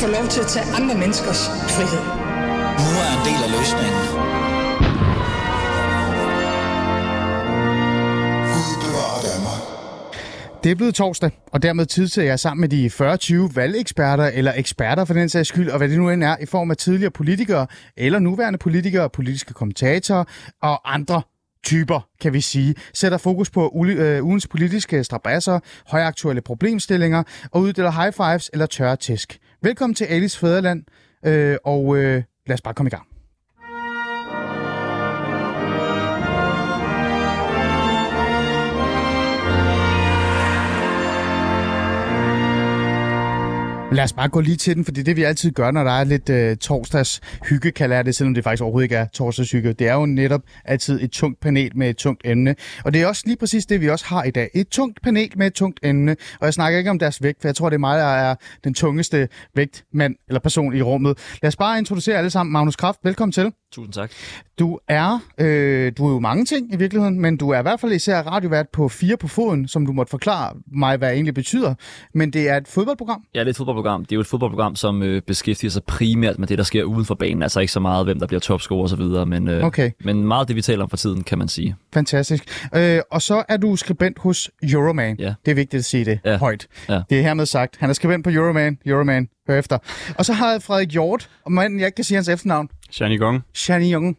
få lov til at tage andre menneskers frihed. Nu er en del af løsningen. Det er blevet torsdag, og dermed tid til at jeg sammen med de 40-20 valgeksperter, eller eksperter for den sags skyld, og hvad det nu end er, i form af tidligere politikere, eller nuværende politikere, politiske kommentatorer og andre typer, kan vi sige, sætter fokus på ugens politiske strabasser, højaktuelle problemstillinger og uddeler high fives eller tørre tæsk. Velkommen til Alis Fædreland, og lad os bare komme i gang. Lad os bare gå lige til den, for det er det, vi altid gør, når der er lidt torsdags hygge, kalder jeg det, selvom det faktisk overhovedet ikke er torsdags hygge. Det er jo netop altid et tungt panel med et tungt emne. Og det er også lige præcis det, vi også har i dag. Et tungt panel med et tungt emne. Og jeg snakker ikke om deres vægt, for jeg tror, det er mig, der er den tungeste vægtmand eller person i rummet. Lad os bare introducere alle sammen. Magnus Kraft, velkommen til. Tusind tak. Du er jo mange ting i virkeligheden, men du er i hvert fald især radiovært på 4 på foden, som du måtte forklare mig, hvad det egentlig betyder. Men det er et fodboldprogram? Ja, det er et fodboldprogram. Det er jo et fodboldprogram, som beskæftiger sig primært med det, der sker uden for banen. Altså ikke så meget, hvem der bliver topscorer og så videre, men meget det, vi taler om for tiden, kan man sige. Fantastisk. Og så er du skribent hos Euroman. Ja. Det er vigtigt at sige det højt. Ja. Det er hermed sagt. Han er skribent på Euroman. Hør efter. Og så har jeg Frederik Hjort, og manden, jeg ikke kan sige hans efternavn. Jarnigon.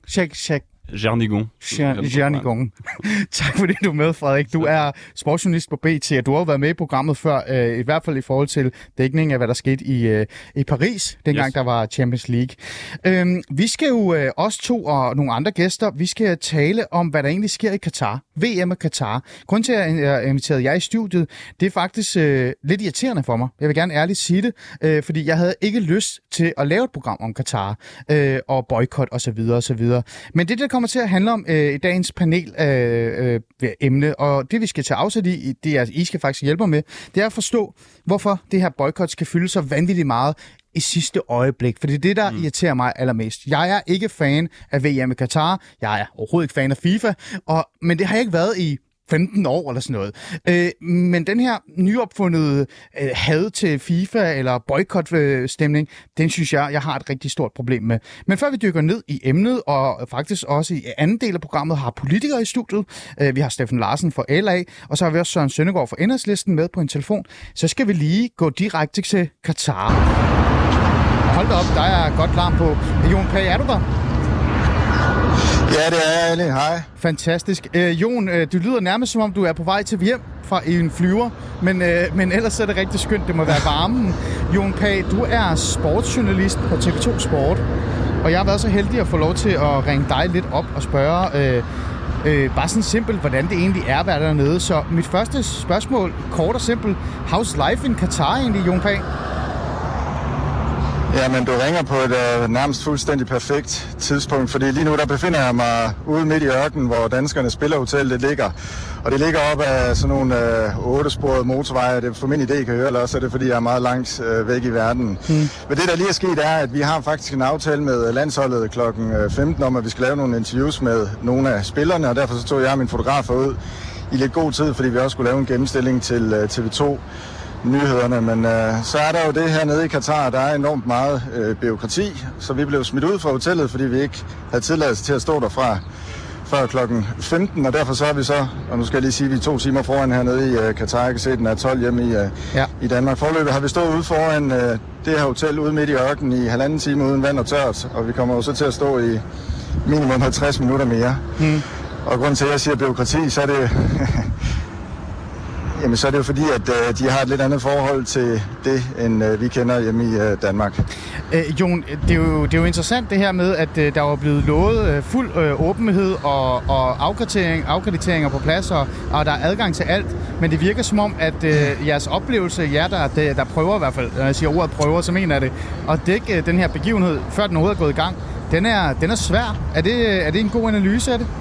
Tak fordi du er med, Frederik. Du er sportsjournalist på BT, og du har jo været med i programmet før, i hvert fald i forhold til dækning af, hvad der skete i Paris, dengang der var Champions League. Vi skal jo os to og nogle andre gæster, vi skal tale om, hvad der egentlig sker i Katar. VM i Katar. Grunden til, at jeg inviterede jer i studiet, det er faktisk lidt irriterende for mig. Jeg vil gerne ærligt sige det, fordi jeg havde ikke lyst til at lave et program om Katar og boykot osv. Men det kommer til at handle om i dagens panel emne, og det vi skal tage afsæt i, det er, I skal faktisk hjælpe mig med, det er at forstå, hvorfor det her boykot skal fylde så vanvittigt meget i sidste øjeblik. For det er det, der irriterer mig allermest. Jeg er ikke fan af VM i Katar. Jeg er overhovedet ikke fan af FIFA. Men det har jeg ikke været i 15 år eller sådan noget. Men den her nyopfundede had til FIFA eller boycott-stemning, den synes jeg har et rigtig stort problem med. Men før vi dykker ned i emnet, og faktisk også i anden del af programmet har politikere i studiet. Vi har Steffen Larsen fra LA, og så har vi også Søren Søndergaard fra Enhedslisten med på en telefon. Så skal vi lige gå direkte til Katar. Hold da op, der er godt larm på. Jon Pagh, er du der? Ja, det er Ali. Hej. Fantastisk. Jon, du lyder nærmest som om, du er på vej til hjem fra en flyver, men ellers er det rigtig skønt, det må være varmen. Jon Pagh, du er sportsjournalist på TV2 Sport, og jeg har været så heldig at få lov til at ringe dig lidt op og spørge bare sådan simpelt, hvordan det egentlig er at være dernede. Så mit første spørgsmål, kort og simpelt, how's life in Qatar egentlig, Jon Pagh? Jamen, du ringer på et nærmest fuldstændig perfekt tidspunkt, fordi lige nu der befinder jeg mig ude midt i ørkenen, hvor danskernes spillerhotel ligger. Og det ligger op af sådan nogle 8-sporede motorveje. Det er for min idé, kan høre, eller også er det, fordi jeg er meget langt væk i verden. Men det, der lige er sket, er, at vi har faktisk en aftale med landsholdet kl. 15 om, at vi skal lave nogle interviews med nogle af spillerne, og derfor så tog jeg mine fotografer ud i lidt god tid, fordi vi også skulle lave en gennemstilling til TV2. Nyhederne, men så er der jo det her nede i Katar, der er enormt meget bureaukrati, så vi blev smidt ud fra hotellet, fordi vi ikke havde tilladelse til at stå derfra før klokken 15, og derfor så er vi så, og nu skal jeg lige sige, vi er 2 timer foran hernede i Katar, jeg kan se, den er 12 hjemme i Danmark. Foreløbet har vi stået ude foran det her hotel ude midt i ørkenen i 1,5 time uden vand og tørt, og vi kommer jo så til at stå i minimum 50 minutter mere. Og grunden til, at jeg siger bureaukrati, så er det jamen, så er det jo fordi, at de har et lidt andet forhold til det, end vi kender hjemme i Danmark. Jon, det er jo interessant det her med, at der var blevet lovet fuld åbenhed og afkrediteringer på plads, og der er adgang til alt. Men det virker som om, at jeres oplevelse, der prøver i hvert fald, når jeg siger ordet prøver, så mener jeg det, at dække den her begivenhed, før den overhovedet er gået i gang, den er svær. Er det en god analyse af det?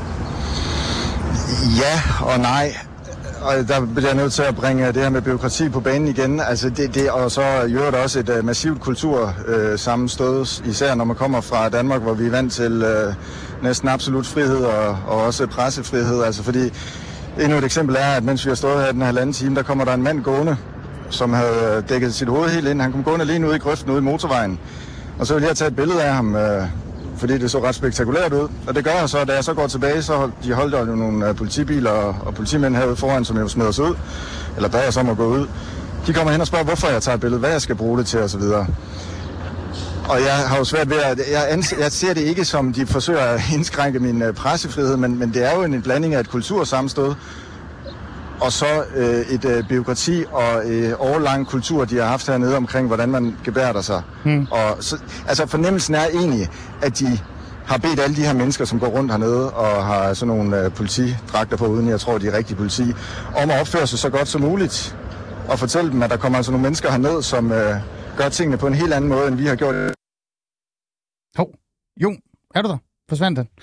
Ja og nej. Og der bliver jeg nødt til at bringe det her med bureaukrati på banen igen. Altså det og så gør det også et massivt kultursammenstød, især når man kommer fra Danmark, hvor vi er vant til næsten absolut frihed og også pressefrihed. Altså fordi endnu et eksempel er, at mens vi har stået her den halvanden time, der kommer der en mand gående, som havde dækket sit hoved helt ind. Han kom gående alene ude i grøften ude i motorvejen. Og så ville jeg tage et billede af ham, fordi det så ret spektakulært ud. Og det gør jeg så, da jeg så går tilbage, så de holdt jo nogle politibiler og politimænd herude foran, som jo smed os ud. Eller bad os om at gå ud. De kommer hen og spørger, hvorfor jeg tager et billede, hvad jeg skal bruge det til osv. Og jeg har jo svært ved at... Jeg ser det ikke som, de forsøger at indskrænke min pressefrihed, men det er jo en blanding af et kultursammenstød, og så et bureaukrati og årelang kultur, de har haft hernede omkring, hvordan man gebærder sig. Og så, altså fornemmelsen er egentlig, at de har bedt alle de her mennesker, som går rundt hernede og har sådan nogle politidragter på, uden jeg tror, de er rigtige politi, om at opføre sig så godt som muligt. Og fortælle dem, at der kommer altså nogle mennesker herned, som gør tingene på en helt anden måde, end vi har gjort. Jo, er du der? Forsvandt den?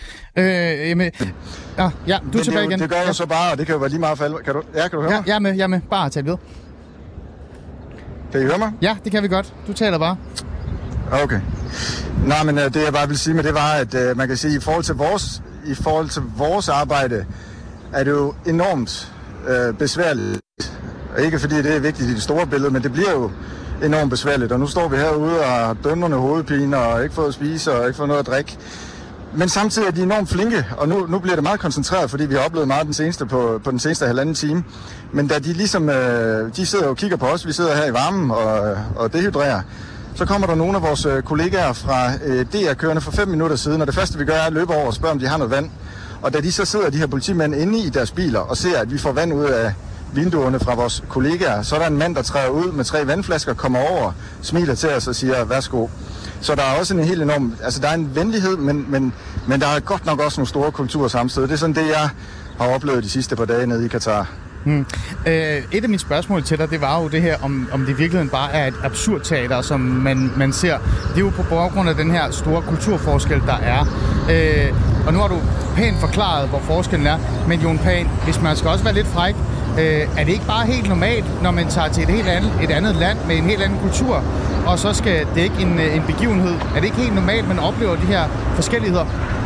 Ja, du er tilbage igen. Det gør jeg så bare, og det kan jo være lige meget for alle. Kan du høre mig? Jeg er med. Bare tal videre. Kan I høre mig? Ja, det kan vi godt. Du taler bare. Okay. Nej, men det jeg bare vil sige med det var, at man kan sige, i forhold til vores arbejde, er det jo enormt besværligt. Ikke fordi det er vigtigt i det store billede, men det bliver jo enormt besværligt. Og nu står vi herude og har dømmerne hovedpine og ikke fået at spise og ikke fået noget at drikke. Men samtidig er de enormt flinke, og nu bliver det meget koncentreret, fordi vi har oplevet meget på den seneste halvanden time. Men da de ligesom, de sidder og kigger på os, vi sidder her i varmen og dehydrerer, så kommer der nogle af vores kollegaer fra DR kørende for 5 minutter siden, og det første vi gør er at løbe over og spørge, om de har noget vand. Og da de så sidder, de her politimænd, inde i deres biler og ser, at vi får vand ud af vinduerne fra vores kollegaer, så er der en mand, der træder ud med 3 vandflasker, kommer over, smiler til os og siger, værsgo. Så der er også en helt enorm, altså der er en venlighed, men der er godt nok også nogle store kultursammenstød. Det er sådan det, jeg har oplevet de sidste par dage nede i Katar. Et af mine spørgsmål til dig, det var jo det her, om det i virkeligheden bare er et absurd teater, som man ser. Det er jo på baggrund af den her store kulturforskel, der er. Og nu har du pænt forklaret, hvor forskellen er. Men Jon Pan, hvis man skal også være lidt fræk, er det ikke bare helt normalt, når man tager til et andet land med en helt anden kultur, og så skal dække en begivenhed? Er det ikke helt normalt, man oplever de her forskelligheder?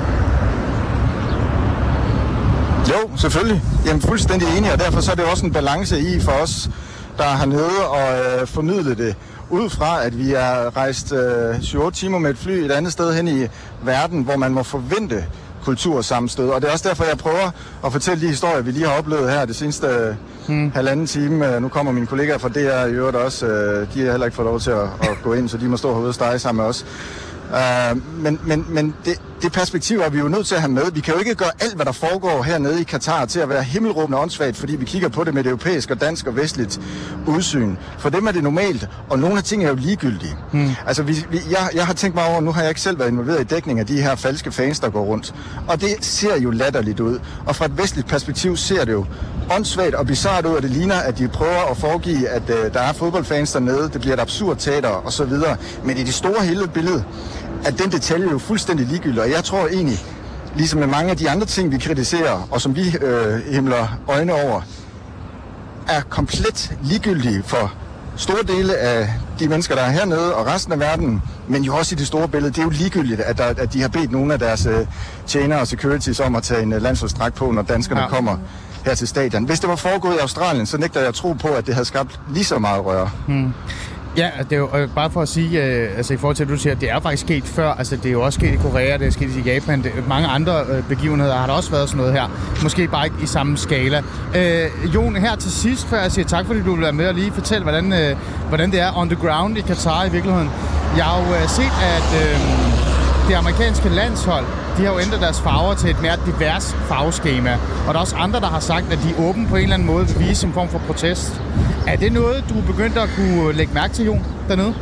Jo, selvfølgelig. Jamen fuldstændig enig, og derfor så er det også en balance i for os, der er hernede og formidle det ud fra, at vi er rejst 7-8 timer med et fly et andet sted hen i verden, hvor man må forvente kultursammenstød. Og det er også derfor, jeg prøver at fortælle de historier, vi lige har oplevet her det seneste halvanden time. Nu kommer mine kollegaer fra DR i øvrigt også. De har heller ikke fået lov til at gå ind, så de må stå herude og stege sammen med os. Men det perspektiv er vi jo nødt til at have med. Vi kan jo ikke gøre alt, hvad der foregår hernede i Katar, til at være himmelråbende åndssvagt, fordi vi kigger på det med det europæiske og dansk og vestligt udsyn. For dem er det normalt, og nogle af tingene er jo ligegyldige. Altså, jeg har tænkt mig over, nu har jeg ikke selv været involveret i dækning af de her falske fans, der går rundt. Og det ser jo latterligt ud. Og fra et vestligt perspektiv ser det jo åndssvagt og bizarrt ud, og det ligner, at de prøver at foregive, at der er fodboldfans dernede, det bliver et absurd teater og så videre. Men i det store hele billede, at den detalje er jo fuldstændig ligegyldig, og jeg tror egentlig, ligesom med mange af de andre ting, vi kritiserer, og som vi himler øjne over, er komplet ligegyldige for store dele af de mennesker, der er hernede, og resten af verden, men jo også i det store billede. Det er jo ligegyldigt, at de har bedt nogle af deres tjenere og securities om at tage en landsholdsdragt på, når danskerne kommer her til stadion. Hvis det var foregået i Australien, så nægter jeg at tro på, at det havde skabt lige så meget røre. Ja, det er jo bare for at sige, altså i forhold til, at du siger, at det er faktisk sket før, altså det er jo også sket i Korea, det er sket i Japan, mange andre begivenheder har der også været sådan noget her, måske bare ikke i samme skala. Jon, her til sidst, før jeg siger tak, fordi du vil være med og lige fortælle, hvordan det er on the ground i Katar i virkeligheden. Jeg har jo set, at det amerikanske landshold, de har jo ændret deres farver til et mere divers farveskema. Og der er også andre, der har sagt, at de er åbne på en eller anden måde vil vise en form for protest. Er det noget, du er begyndt at kunne lægge mærke til, Jon, dernede?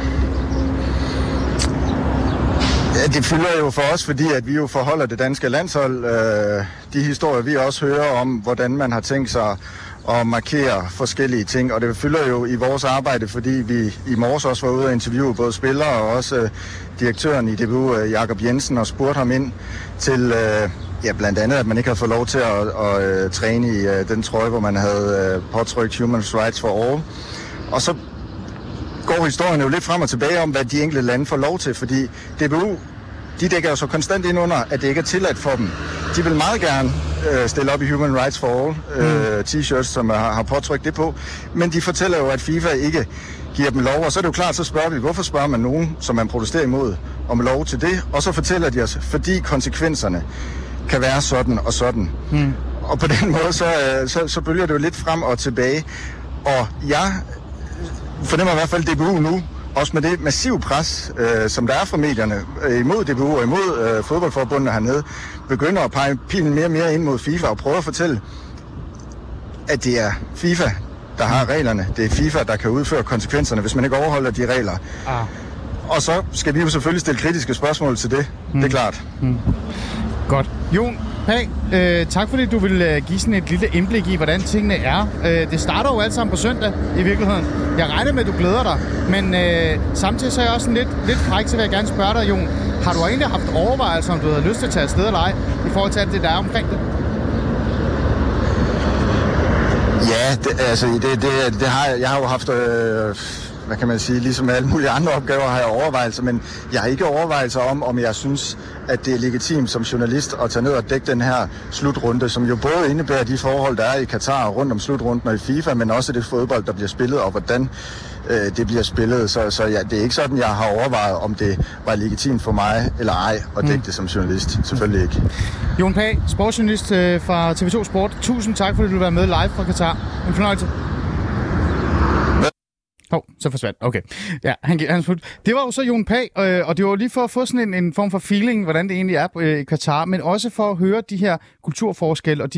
Ja, det fylder jo for os, fordi at vi jo forholder det danske landshold. De historier, vi også hører om, hvordan man har tænkt sig at markere forskellige ting. Og det fylder jo i vores arbejde, fordi vi i morges også var ude og interviewe både spillere og også direktøren i DBU, Jakob Jensen, og spurgte ham ind til blandt andet, at man ikke havde fået lov til at træne i den trøje, hvor man havde påtrykt Human Rights for All. Og så går historien jo lidt frem og tilbage om, hvad de enkelte lande får lov til, fordi DBU, de dækker jo så konstant ind under, at det ikke er tilladt for dem. De vil meget gerne stille op i Human Rights for All t-shirts, som har påtrykt det på. Men de fortæller jo, at FIFA ikke giver dem lov, og så er det jo klart, så spørger vi, hvorfor spørger man nogen, som man protesterer imod, om lov til det? Og så fortæller de os, fordi konsekvenserne kan være sådan og sådan. Og på den måde, så bølger det jo lidt frem og tilbage. Og jeg fornemmer i hvert fald DBU nu, også med det massive pres, som der er fra medierne imod DBU og imod fodboldforbundene hernede, begynder at pege pilen mere og mere ind mod FIFA og prøve at fortælle, at det er FIFA, der har reglerne. Det er FIFA, der kan udføre konsekvenserne, hvis man ikke overholder de regler. Og så skal vi jo selvfølgelig stille kritiske spørgsmål til det. Det er klart. Godt. Jon Pagh, tak fordi du vil give sådan et lille indblik i, hvordan tingene er. Det starter jo alt sammen på søndag i virkeligheden. Jeg regner med, at du glæder dig, men samtidig så er jeg også lidt fræk, så vil jeg gerne spørge dig, Jon. Har du egentlig haft overvejelser, om du havde lyst til at tage afsted eller ej, i forhold til alt det, der er omkring det? Ja, det har jeg. Jeg har jo haft, hvad kan man sige, ligesom alle mulige andre opgaver har jeg overvejelser, men jeg har ikke overvejelser om jeg synes, at det er legitimt som journalist at tage ned og dække den her slutrunde, som jo både indebærer de forhold, der er i Katar rundt om slutrunden og i FIFA, men også det fodbold, der bliver spillet, og hvordan det bliver spillet. Så ja, det er ikke sådan, jeg har overvejet, om det var legitimt for mig eller ej at dække det som journalist. Selvfølgelig ikke. Jon Pagh, sportsjournalist fra TV2 Sport. Tusind tak, fordi du vil være med live fra Katar. En fornøjelse. Så forsvandt. Okay. Ja, han smutte. Det var jo så Jon Pagh, og det var lige for at få sådan en form for feeling, hvordan det egentlig er i Katar, men også for at høre de her kulturforskelle og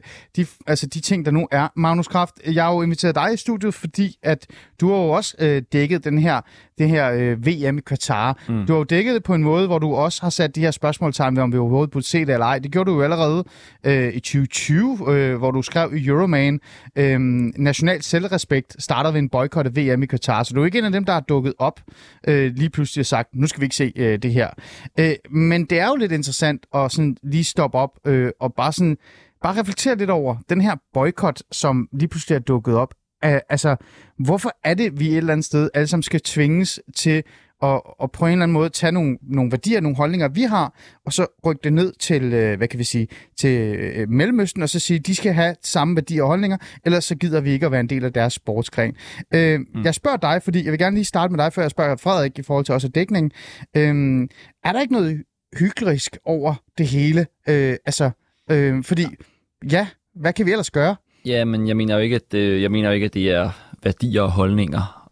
de ting, der nu er. Magnus Kraft, jeg har jo inviteret dig i studiet, fordi at du har jo også dækket det her VM i Katar. Du har jo dækket det på en måde, hvor du også har sat de her spørgsmålstegn ved, om vi overhovedet burde se det eller ej. Det gjorde du jo allerede i 2020, hvor du skrev i Euroman, national selvrespekt starter ved en boykot af VM i Katar. Så du er ikke en af dem, der har dukket op lige pludselig og sagt, nu skal vi ikke se det her. Men det er jo lidt interessant at sådan lige stoppe op og bare reflektere lidt over den her boykot, som lige pludselig er dukket op. Altså, hvorfor er det, vi et eller andet sted alle sammen skal tvinges til at på en eller anden måde tage nogle værdier, nogle holdninger, vi har, og så rykke det ned til, til Mellemøsten, og så sige, de skal have samme værdier og holdninger, ellers så gider vi ikke at være en del af deres sportsgren. Jeg spørger dig, fordi jeg vil gerne lige starte med dig, før jeg spørger Frederik i forhold til også dækningen. Er der ikke noget hyklerisk over det hele? Fordi, ja, hvad kan vi ellers gøre? Ja, men jeg mener jo ikke, at det er værdier og holdninger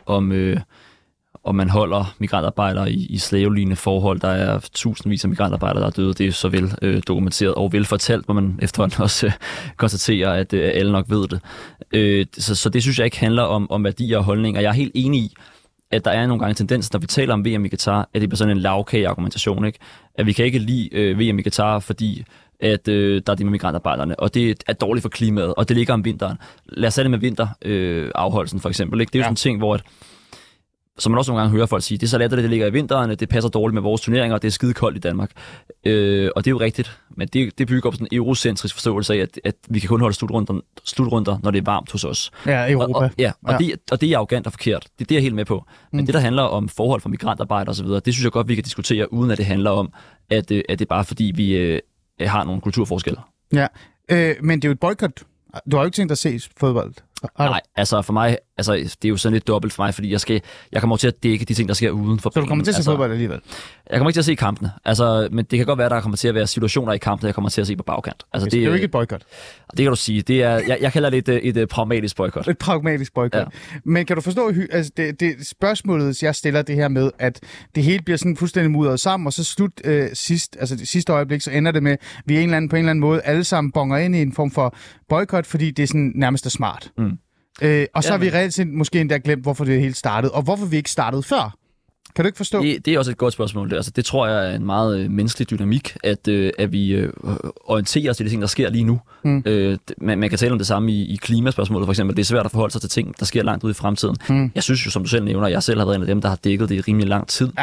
om man holder migrantarbejdere i slavelignende forhold. Der er tusindvis af migrantarbejdere, der er døde. Det er så vel dokumenteret og velfortalt, hvor man efterhånden også konstaterer, at alle nok ved det. Så det synes jeg ikke handler om værdier og holdninger. Jeg er helt enig i, at der er nogle gange tendens, når vi taler om VM i Katar, at det bliver sådan en lavkage-argumentation, ikke? At vi kan ikke lide VM i Katar, fordi at der er de med migrantarbejderne, og det er dårligt for klimaet, og det ligger om vinteren. Lad os tage det med vinterafholdelsen for eksempel. Ikke? Det er jo sådan en ting, hvor som man også nogle gange hører folk sige, det er så let, at det ligger i vinteren, det passer dårligt med vores turneringer, og det er skide koldt i Danmark. Og det er jo rigtigt, men det bygger op sådan en eurocentrisk forståelse af, at vi kan kun holde slutrunder, når det er varmt hos os. Ja, Europa. Og det er arrogant og forkert. Det er det, jeg er helt med på. Men det, der handler om forhold for migrantarbejdere osv., det synes jeg godt, vi kan diskutere, uden at det handler om, at det er bare fordi, vi har nogle kulturforskelle. Ja, men det er jo et boykot. Du har jo ikke tænkt at se fodbold. Nej, altså for mig, det er jo sådan lidt dobbelt for mig, fordi jeg kommer til at dække de ting, der sker uden for. Så du kommer til at se fodbold alligevel? Jeg kommer ikke til at se kampene. Men det kan godt være, at der kommer til at være situationer i kampene, jeg kommer til at se på bagkant. Det er jo ikke et boykot. Det kan du sige. Det er, jeg kalder det et pragmatisk boykot. Et pragmatisk boykot. Ja. Men kan du forstå, det spørgsmålet, jeg stiller det her med, at det hele bliver sådan fuldstændig mudret sammen, og så det sidste øjeblik, så ender det med, at vi på en eller anden måde alle sammen bonger ind i en form for boykot, fordi det er sådan nærmest er smart. Og så har vi reelt set måske endda glemt, hvorfor det hele startede, og hvorfor vi ikke startede før. Kan du ikke forstå? Det er også et godt spørgsmål. Det tror jeg er en meget menneskelig dynamik, at vi orienterer os til de ting, der sker lige nu. Man kan tale om det samme i klimaspørgsmålet for eksempel. Det er svært at forholde sig til ting, der sker langt ude i fremtiden. Jeg synes jo, som du selv nævner, jeg selv har været en af dem, der har dækket det i rimelig lang tid.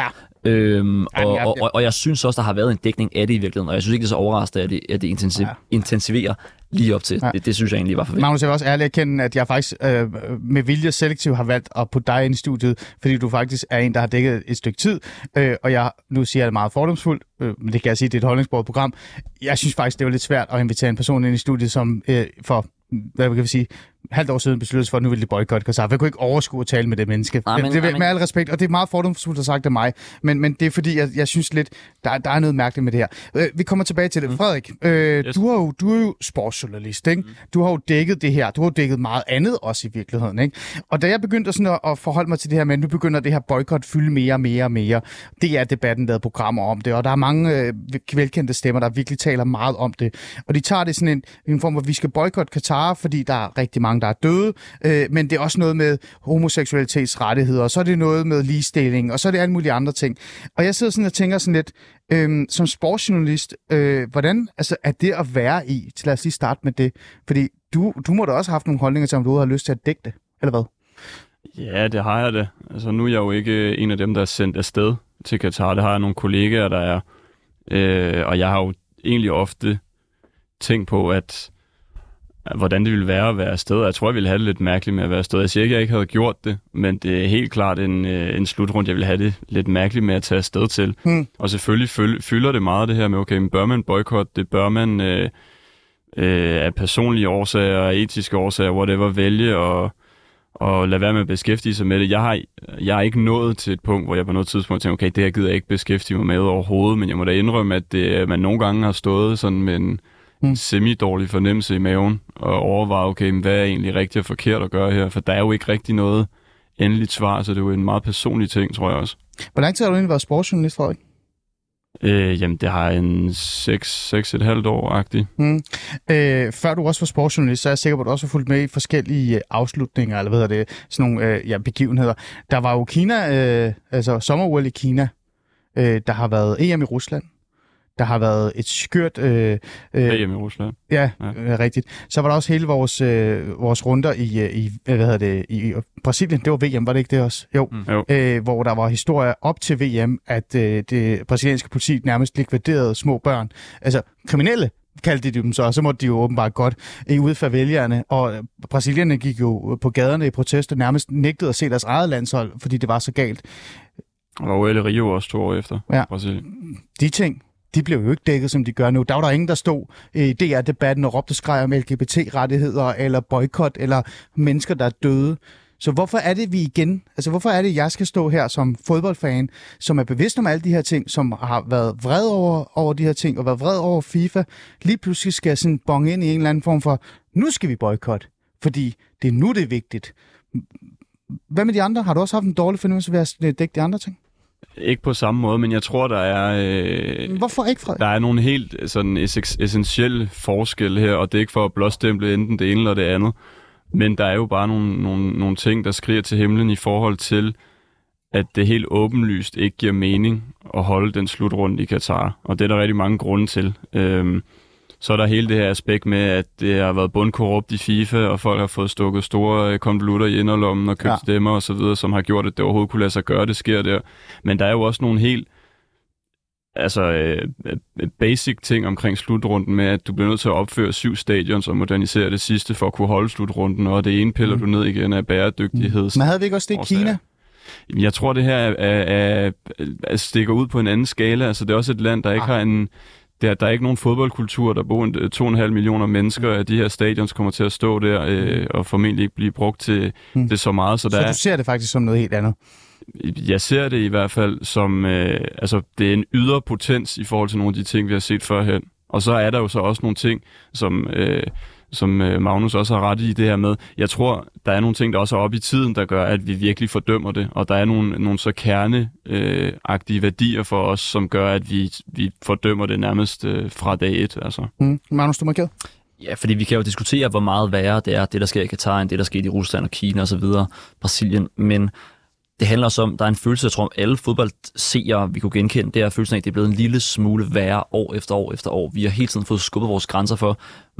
Og jeg synes også, der har været en dækning af det i virkeligheden, og jeg synes ikke, det er så overraskende, at det intensiverer lige op til. Ja. Det synes jeg egentlig var forventet. Magnus, jeg vil også ærligt erkende, at jeg faktisk med vilje selektivt har valgt at putte dig ind i studiet, fordi du faktisk er en, der har dækket et stykke tid, og nu siger jeg det meget fordomsfuldt, men det kan jeg sige, det er et holdningsbordet program. Jeg synes faktisk, det var lidt svært at invitere en person ind i studiet, som for hvad kan vi sige, halvt år siden besluttede for, at nu ville de boykotte Qatar. Jeg kunne ikke overskue at tale med det menneske. Det med al respekt, og det er meget fordomsfuldt at sagt af mig, men det er fordi, jeg synes lidt, der er noget mærkeligt med det her. Vi kommer tilbage til det. Frederik, du er jo sportsjournalist, ikke? Du har jo dækket det her. Du har jo dækket meget andet også i virkeligheden, ikke? Og da jeg begyndte sådan at forholde mig til det her, men nu begynder det her boykot fylde mere. Det er debatten, lavet programmer om det, og der er mange velkendte stemmer, der virkelig taler meget om det. Og de tager det sådan en form, hvor vi skal boykotte Qatar, fordi der er rigtig mange, der er døde, men det er også noget med homoseksualitetsrettigheder, og så er det noget med ligestilling, og så er det alle mulige andre ting. Og jeg sidder sådan og tænker sådan lidt, som sportsjournalist, hvordan er det at være i? Lad os lige starte med det. Fordi du må da også have haft nogle holdninger til, om du har lyst til at dække det, eller hvad? Ja, det har jeg det. Altså, nu er jeg jo ikke en af dem, der er sendt afsted til Qatar. Det har jeg nogle kollegaer, der er. Og jeg har jo egentlig ofte tænkt på, hvordan det ville være at være afsted. Jeg tror, jeg ville have det lidt mærkeligt med at være afsted. Jeg siger ikke, at jeg ikke havde gjort det, men det er helt klart en slutrunde, jeg ville have det lidt mærkeligt med at tage afsted til. Og selvfølgelig fylder det meget det her med, okay, men bør man boykotte det? Bør man af personlige årsager, etiske årsager, whatever, vælge og lade være med at beskæftige sig med det? Jeg er ikke nået til et punkt, hvor jeg på noget tidspunkt tænker, okay, det her gider jeg ikke beskæftige mig med overhovedet, men jeg må da indrømme, at man nogle gange har stået sådan med en semi-dårlig fornemmelse i maven og overveje, okay, men hvad er egentlig rigtigt og forkert at gøre her? For der er jo ikke rigtig noget endeligt svar, så det er jo en meget personlig ting, tror jeg også. Hvor lang tid har du egentlig været sportsjournalist, Frederik? Jamen, det har en 6,5 år-agtig. Før du også var sportsjournalist, så er jeg sikker på, at du også har fulgt med i forskellige afslutninger, eller hvad hedder det, sådan nogle begivenheder. Der var jo Kina, sommer-OL i Kina. Der har været EM i Rusland. Der har været et skørt... VM i Rusland. Ja, rigtigt. Så var der også hele vores runder i Brasilien. Det var VM, var det ikke det også? Jo. Hvor der var historier op til VM, at det brasilianske politi nærmest likviderede små børn. Altså, kriminelle kaldte de dem så, og så måtte de jo åbenbart godt ud fra vælgerne. Og brasilierne gik jo på gaderne i protest og nærmest nægtede at se deres eget landshold, fordi det var så galt. Og OL i Rio også 2 år efter Brasilien. De ting, de blev jo ikke dækket, som de gør nu. Der var der ingen, der stod i DR-debatten og råbte og skreg om LGBT-rettigheder, eller boykot, eller mennesker, der er døde. Så hvorfor er det, vi igen... Altså, hvorfor er det, jeg skal stå her som fodboldfan, som er bevidst om alle de her ting, som har været vred over de her ting, og været vred over FIFA, lige pludselig skal sådan bonge ind i en eller anden form for, nu skal vi boykotte, fordi det er nu, det er vigtigt. Hvad med de andre? Har du også haft en dårlig fornemmelse ved at dække de andre ting? Ikke på samme måde, men jeg tror, der er... Hvorfor ikke, Frederik? Der er nogle helt sådan essentielle forskelle her, og det er ikke for at blåstemple enten det ene eller det andet. Men der er jo bare nogle ting, der skriger til himlen i forhold til, at det helt åbenlyst ikke giver mening at holde den slutrunde i Qatar. Og det er der rigtig mange grunde til. Så er der hele det her aspekt med, at det har været bundkorrupt i FIFA, og folk har fået stukket store konvolutter i inderlommen og købt stemmer og så videre, som har gjort, at det overhovedet kunne lade sig gøre, det sker der. Men der er jo også nogle helt basic ting omkring slutrunden med, at du bliver nødt til at opføre 7 stadions og modernisere det sidste for at kunne holde slutrunden, og det ene piller du ned igen af bæredygtighed. Men havde vi ikke også det i Kina? Jeg tror, det her er stikker ud på en anden skala. Altså, det er også et land, der ikke har en... Der er ikke nogen fodboldkultur, der bor 2,5 millioner mennesker, at de her stadions kommer til at stå der og formentlig ikke blive brugt til det så meget. Så du ser det faktisk som noget helt andet? Jeg ser det i hvert fald som, det er en ydre potens i forhold til nogle af de ting, vi har set førhen. Og så er der jo så også nogle ting, som Magnus også har ret i det her med. Jeg tror, der er nogle ting, der også er oppe i tiden, der gør, at vi virkelig fordømmer det. Og der er nogle så kerneagtige værdier for os, som gør, at vi fordømmer det nærmest fra dag 1. Altså. Magnus, du markeret? Ja, fordi vi kan jo diskutere, hvor meget værre det er, det der sker i Katar, end det der sker i Rusland og Kina osv., Brasilien. Men det handler også om, der er en følelse, jeg tror, alle fodboldseere, vi kunne genkende, det er følelsen af, at det er blevet en lille smule værre år efter år efter år. Vi har hele tiden fået skubbet vores grænser for,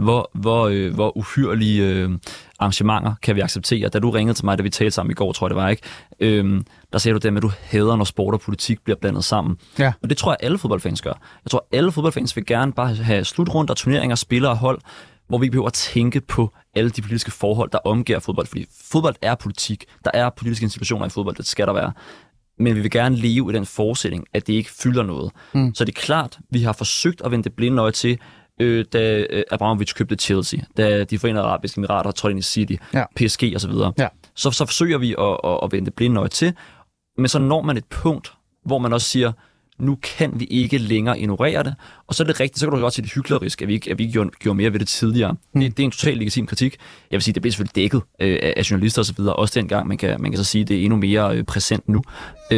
hvor uhyrlige arrangementer kan vi acceptere. Da du ringede til mig, da vi talte sammen i går, tror jeg det var, ikke? Der sagde du det med, at du hader, når sport og politik bliver blandet sammen. Ja. Og det tror jeg, alle fodboldfans gør. Jeg tror, alle fodboldfans vil gerne bare have slutrunde og turneringer, spillere og hold, hvor vi behøver at tænke på alle de politiske forhold, der omgiver fodbold. Fordi fodbold er politik. Der er politiske institutioner i fodbold, det skal der være. Men vi vil gerne leve i den forudsætning, at det ikke fylder noget. Så det er klart, vi har forsøgt at vende det blinde øje til, da Abramovich købte Chelsea, da de Forenede Arabiske Emirater trådte ind i City, PSG osv. Ja. Så forsøger vi at vende det blinde øje til, men så når man et punkt, hvor man også siger, nu kan vi ikke længere ignorere det. Og så er det rigtigt, så kan du godt sige, det hyklerisk, at vi ikke gjorde mere ved det tidligere. Det er en totalt legitim kritik. Jeg vil sige, det bliver selvfølgelig dækket af journalister osv., også dengang. Man kan så sige, det er endnu mere præsent nu.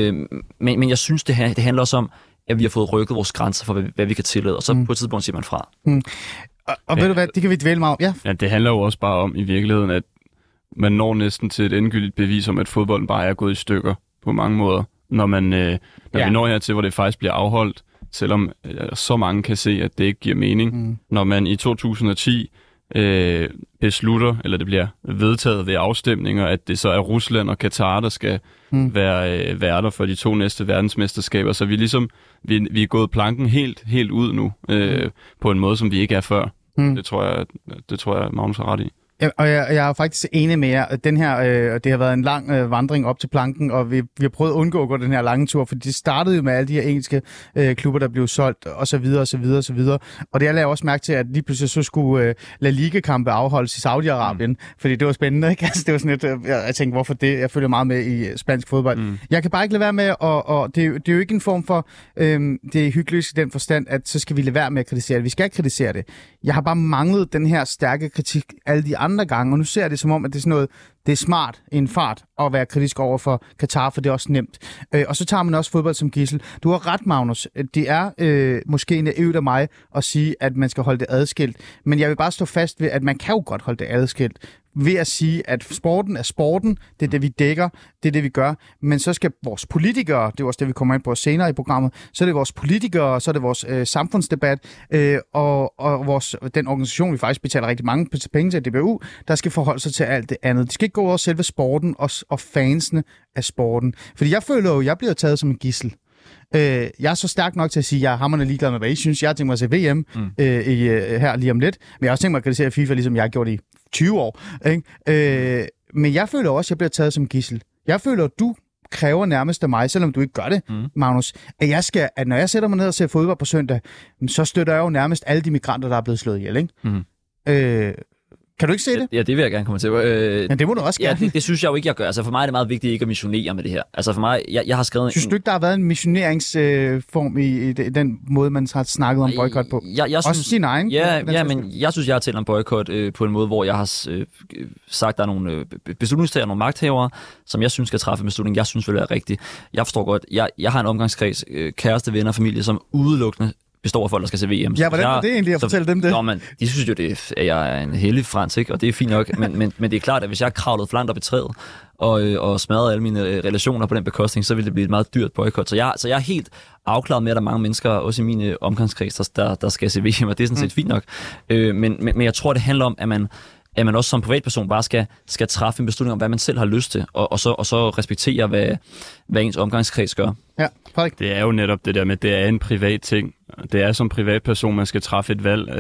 Men jeg synes, det handler også om, at vi har fået rykket vores grænser for, hvad vi kan tillade, og så på et tidspunkt siger man fra. Og ved du hvad, det kan vi dvæle meget om. Ja, det handler jo også bare om i virkeligheden, at man når næsten til et endegyldigt bevis om, at fodbolden bare er gået i stykker på mange måder. Når vi når hertil, hvor det faktisk bliver afholdt, selvom så mange kan se, at det ikke giver mening. Når man i 2010 beslutter, eller det bliver vedtaget ved afstemninger, at det så er Rusland og Katar, der skal være værter for de 2 næste verdensmesterskaber. Så vi er gået planken helt ud nu, på en måde, som vi ikke er før. Det tror jeg, Magnus har ret i. Ja, og jeg er faktisk enig med jer. Den her, det har været en lang vandring op til planken, og vi har prøvet at undgå at gå den her lange tur, for det startede jo med alle de her engelske klubber, der blev solgt, og så videre, og så videre, og så videre. Og det jeg lagde også mærke til, at lige pludselig så skulle La Liga-kampe afholdes i Saudi-Arabien, fordi det var spændende, ikke? Altså, det var sådan lidt, jeg tænkte, hvorfor det? Jeg følger meget med i spansk fodbold. Jeg kan bare ikke lade være med, og det er jo ikke en form for, det er hyggeligt i den forstand, at så skal vi lade være med at kritisere det. Vi skal ikke kritisere det. Jeg har bare manglet den her stærke kritik alle de andre gange, og nu ser jeg det som om, at det er sådan noget, det er smart i en fart at være kritisk over for Katar, for det er også nemt. Og så tager man også fodbold som gidsel. Du har ret, Magnus. Det er måske naivt af mig at sige, at man skal holde det adskilt, men jeg vil bare stå fast ved, at man kan jo godt holde det adskilt ved at sige, at sporten er sporten, det er det, vi dækker, det er det, vi gør, men så skal vores politikere, det er også det, vi kommer ind på senere i programmet, så er det vores politikere, så er det vores samfundsdebat, og den organisation, vi faktisk betaler rigtig mange penge til, DBU, der skal forholde sig til alt det andet. Det skal ikke gå over selve sporten og fansene af sporten. Fordi jeg føler jo, jeg bliver taget som en gidsel. Jeg er så stærk nok til at sige, at jeg er hamrende ligeglad med, hvad I synes. Jeg har tænkt mig at se VM her lige om lidt, men jeg har også tænkt mig at kritisere FIFA, ligesom jeg har gjort i 20 år. Ikke? Men jeg føler også, at jeg bliver taget som gidsel. Jeg føler, at du kræver nærmest af mig, selvom du ikke gør det, Magnus, at når jeg sætter mig ned og ser fodbold på søndag, så støtter jeg jo nærmest alle de migranter, der er blevet slået ihjel. Ikke? Kan du ikke se det? Ja, det vil jeg gerne komme til. Men det må du også gerne. Ja, det synes jeg jo ikke, jeg gør. Altså for mig er det meget vigtigt ikke at missionere med det her. Altså for mig, jeg har skrevet... Synes du ikke, der har været en missioneringsform i den måde, man har snakket om boykot på? Jeg synes, også sin egen? Ja, men jeg synes, jeg har talt om boykot på en måde, hvor jeg har sagt, der er nogle beslutningstagere, nogle magthavere, som jeg synes skal træffe en beslutning, jeg synes vil være rigtig. Jeg forstår godt, jeg har en omgangskreds, kæreste, venner, familie, som udelukkende består af folk, der skal se VM. Ja, hvordan er det egentlig at fortælle dem det? Nå, men de synes jo, at jeg er en hellig frans, ikke? Og det er fint nok, men det er klart, at hvis jeg kravlede flankt op i træet og smadrede alle mine relationer på den bekostning, så ville det blive et meget dyrt boykot. Så jeg er helt afklaret med, at der er mange mennesker, også i mine omgangskreds, der skal se VM, og det er sådan set fint nok. Men jeg tror, det handler om, at man også som privatperson bare skal træffe en beslutning om, hvad man selv har lyst til, og så respektere, hvad ens omgangskreds gør. Ja, Frederik. Det er jo netop det der med, at det er en privat ting. Det er som privatperson, man skal træffe et valg.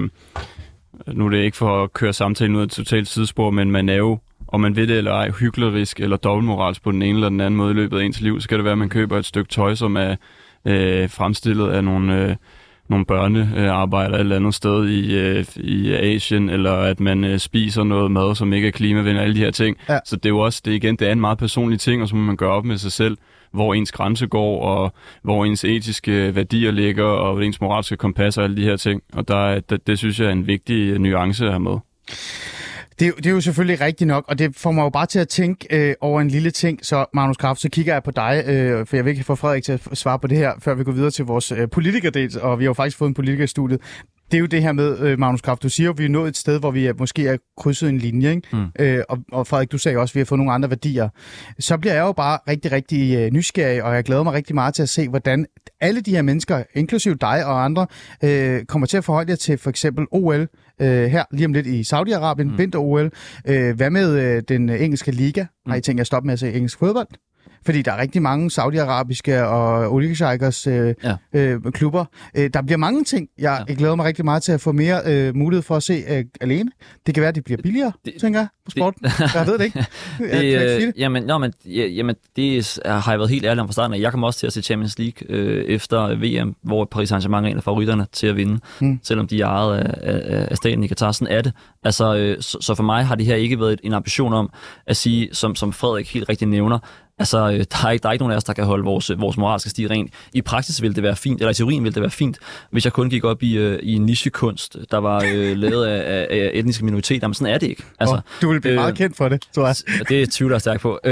Nu er det ikke for at køre samtalen ud af et totalt sidespor, men man er jo, om man ved det eller ej, hyklerisk eller dobbeltmoralsk på den ene eller den anden måde i løbet af ens liv, så kan det være, at man køber et stykke tøj, som er fremstillet af nogle børnearbejder et eller andet sted i Asien, eller at man spiser noget mad, som ikke er klimavenlig, alle de her ting. Ja. Så det er jo også, det er en meget personlig ting, og så må man gøre op med sig selv, hvor ens grænse går, og hvor ens etiske værdier ligger, og ens moralske kompas og alle de her ting. Og det synes jeg er en vigtig nuance at have med. Det er jo selvfølgelig rigtigt nok, og det får mig jo bare til at tænke over en lille ting. Så Magnus Kraft, så kigger jeg på dig, for jeg vil ikke få Frederik til at svare på det her, før vi går videre til vores politikerdel, og vi har jo faktisk fået en politiker i studiet. det er jo det her med, Magnus Kraft, du siger, at vi er nået et sted, hvor vi måske er krydset en linje, ikke? Og Frederik, du sagde også, at vi har fået nogle andre værdier. Så bliver jeg jo bare rigtig, rigtig nysgerrig, og jeg glæder mig rigtig meget til at se, hvordan alle de her mennesker, inklusive dig og andre, kommer til at forholde jer til for eksempel OL her lige om lidt i Saudi-Arabien, vinter-OL. Hvad med den engelske liga? Har I tænkt jer at stoppe med at se engelsk fodbold? Fordi der er rigtig mange saudiarabiske og oligarkers klubber. Der bliver mange ting. Jeg glæder mig rigtig meget til at få mere mulighed for at se alene. Det kan være, at det bliver billigere, tænker jeg, på sporten. Jeg ved det ikke. Jamen, det har jeg været helt ærlig om fra starten af. Jeg kommer også til at se Champions League efter VM, hvor Paris Saint-Germain er en af favoritterne til at vinde, selvom de er ejet af staten i Katar. Sådan er det. Altså, så for mig har det her ikke været en ambition om at sige, som Frederik helt rigtigt nævner, altså, der er ikke nogen af os, der kan holde vores moralske sti rent. I praksis ville det være fint, eller i teorien ville det være fint, hvis jeg kun gik op i en nichekunst, der var lavet af etniske minoriteter. Men sådan er det ikke. Altså, du vil blive meget kendt for det, tror jeg. Det tvivler jeg stærkt på.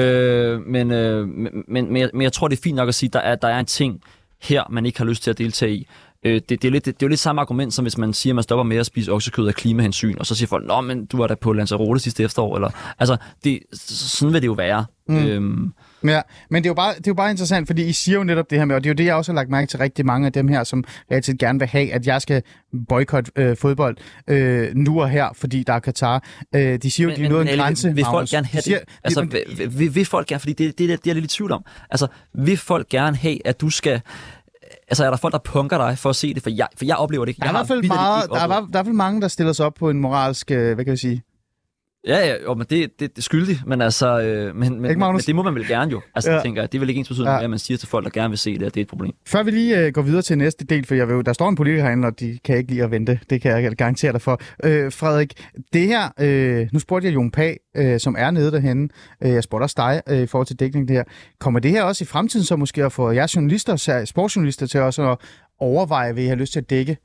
Men jeg tror, det er fint nok at sige, at der er en ting her, man ikke har lyst til at deltage i. Det er jo lidt samme argument, som hvis man siger, at man stopper med at spise oksekød af klimahensyn, og så siger folk, nå, men du var da på Lanzarote sidste efterår, eller... Altså, sådan vil det jo være. Ja, men det er jo bare interessant, fordi I siger jo netop det her med, og det er jo det, jeg også har lagt mærke til rigtig mange af dem her, som altid gerne vil have, at jeg skal boykotte fodbold nu og her, fordi der er Katar. De siger jo, de er nået en grænse. Vil folk gerne have det? Altså, vil folk gerne, fordi det er jeg lidt i tvivl om. Altså, vil folk gerne have, at du skal... Altså, er der folk, der punker dig for at se det? For jeg oplever det ikke. Der er i hvert fald mange, der stiller sig op på en moralsk, hvad kan vi sige? Ja, men det er skyldigt, men altså, men det må man vel gerne jo. Altså, tænker jeg, det er vel ikke ens betydning, at man siger til folk, der gerne vil se det, at det er et problem. Før vi lige går videre til næste del, for der står en politiker herinde, og de kan ikke lide at vente. Det kan jeg garantere dig for. Frederik, det her, nu spurgte jeg Jon Pag, som er nede derhenne. Jeg spurgte også dig i forhold til dækning det her. Kommer det her også i fremtiden så måske at få jeres journalister, sportsjournalister til også at overveje, hvad I har lyst til at dække?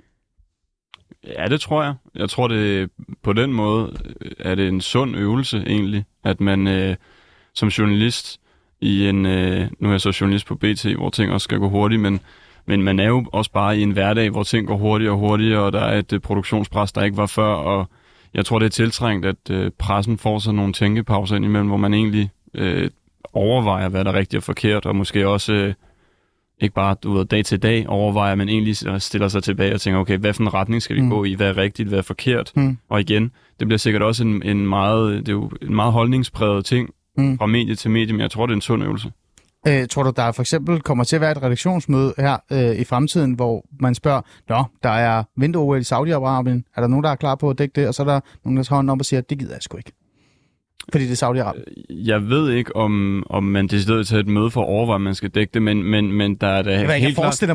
Ja, det tror jeg. Jeg tror, det på den måde er det en sund øvelse egentlig, at man som journalist i en... nu er jeg så journalist på BT, hvor ting også skal gå hurtigt, men man er jo også bare i en hverdag, hvor ting går hurtigere og hurtigere, og der er et produktionspres, der ikke var før, og jeg tror, det er tiltrængt, at pressen får sådan nogle tænkepauser indimellem, hvor man egentlig overvejer, hvad der er rigtigt og forkert, og måske også... ikke bare dag til dag overvejer, men egentlig stiller sig tilbage og tænker, okay, hvad for en retning skal vi gå i? Hvad er rigtigt? Hvad er forkert? Og igen, det bliver sikkert også en meget holdningspræget ting fra medie til medie, men jeg tror, det er en sund øvelse. Tror du, der for eksempel kommer til at være et redaktionsmøde her i fremtiden, hvor man spørger, der er vinter-OL i Saudi-Arabien, er der nogen, der er klar på at dække det? Og så er der nogen, der tager hånden op og siger, det gider jeg sgu ikke. Fordi det er Saudi-Arabien. Jeg ved ikke, om man decideret til et møde for at overveje, at man skal dække det, men der er da helt klart...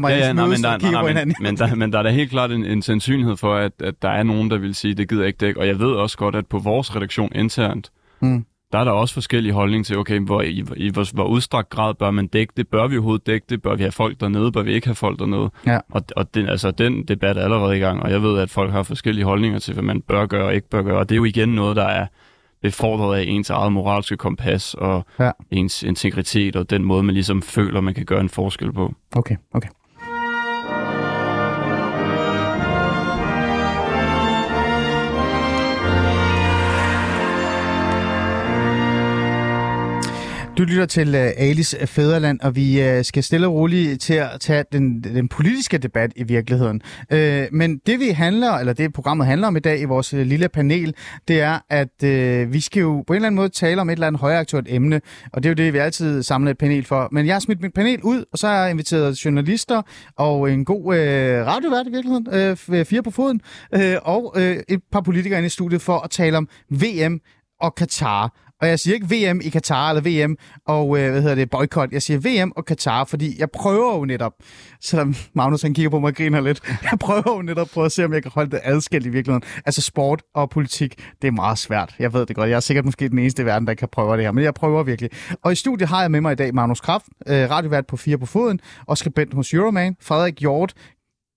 Men der er da helt klart en sandsynlighed for, at der er nogen, der vil sige, det gider ikke dække. Og jeg ved også godt, at på vores redaktion internt, der er der også forskellige holdninger til, okay, hvor udstrakt grad bør man dække det? Bør vi overhovedet dække det? Bør vi have folk dernede? Bør vi ikke have folk dernede? Ja. Og den debat er allerede i gang, og jeg ved, at folk har forskellige holdninger til, hvad man bør gøre og ikke bør gøre. Og det er jo igen noget, der er befordret af ens eget moralske kompas og ens integritet og den måde, man ligesom føler, man kan gøre en forskel på. Okay. Du lytter til Alis Fædreland, og vi skal stille og roligt til at tage den politiske debat i virkeligheden. Men det programmet handler om i dag i vores lille panel, det er, at vi skal jo på en eller anden måde tale om et eller andet højaktuelt emne, og det er jo det, vi altid samler et panel for. Men jeg har smidt mit panel ud, og så har jeg inviteret journalister og en god radiovært i virkeligheden, 4 på foden, og et par politikere inde i studiet for at tale om VM og Katar. Og jeg siger ikke VM i Katar eller VM og boykot. Jeg siger VM og Katar, fordi jeg prøver jo netop, selvom Magnus han kigger på mig og griner lidt, jeg prøver jo netop på at se, om jeg kan holde det adskilt i virkeligheden. Altså sport og politik, det er meget svært. Jeg ved det godt. Jeg er sikkert måske den eneste i verden, der kan prøve det her, men jeg prøver virkelig. Og i studiet har jeg med mig i dag Magnus Kraft, radiovært på 4 på foden, og skribent hos Euroman, Frederik Hjort,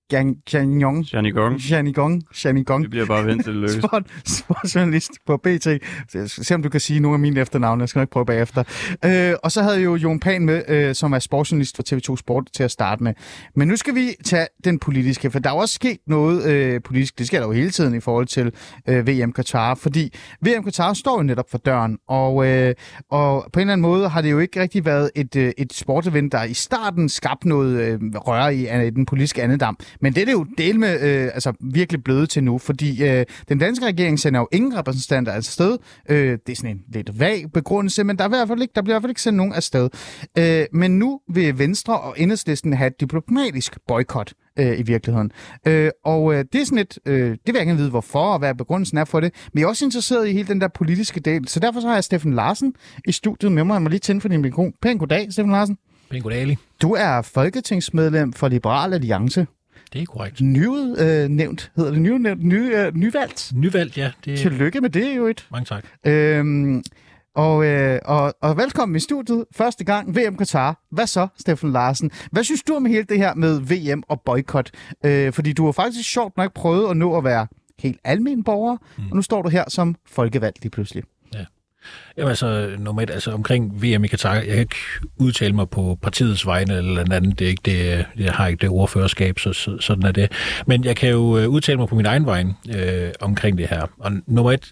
Shanigong. Det bliver bare vendt til lykkes. Sportsjournalist på BT. Se om du kan sige nogle af mine efternavne. Jeg skal nok prøve bagefter. Og så havde jo Jon Pan med, som er sportsjournalist for TV2 Sport til at starte med. Men nu skal vi tage den politiske, for der er også sket noget politisk. Det sker der jo hele tiden i forhold til VM Qatar, fordi VM Qatar står jo netop for døren, og på en eller anden måde har det jo ikke rigtig været et sportsevent, der i starten skabte noget røre i den politiske andedam. Men det er det jo del med virkelig blevet til nu, fordi den danske regering sender jo ingen repræsentanter afsted. Det er sådan en lidt vag begrundelse, men der bliver i hvert fald ikke sendt nogen afsted. Men nu vil Venstre og Enhedslisten have et diplomatisk boykot i virkeligheden. Og det er sådan lidt, det vil jeg ikke vide hvorfor og hvad begrundelsen er for det, men jeg er også interesseret i hele den der politiske del, så derfor så har jeg Steffen Larsen i studiet med mig. Jeg må lige tænde for din mikrofon. Pæn goddag, Steffen Larsen. Pæn goddag, Ali. Du er folketingsmedlem for Liberal Alliance. Det er korrekt. Nyudnævnt, hedder det nyvalgt? Nyvalgt, ja. Tillykke med det, jo et. Mange tak. Og velkommen i studiet. Første gang VM Qatar. Hvad så, Steffen Larsen? Hvad synes du om hele det her med VM og boykot? Fordi du har faktisk sjovt nok prøvet at nå at være helt almen borger, og nu står du her som folkevalgt lige pludselig. Ja. Jamen normalt, omkring VM i Qatar, jeg kan ikke udtale mig på partiets vegne eller andet. Det er ikke det, jeg har ikke det ordførerskab, så sådan er det. Men jeg kan jo udtale mig på min egen vegne omkring det her. Og normalt,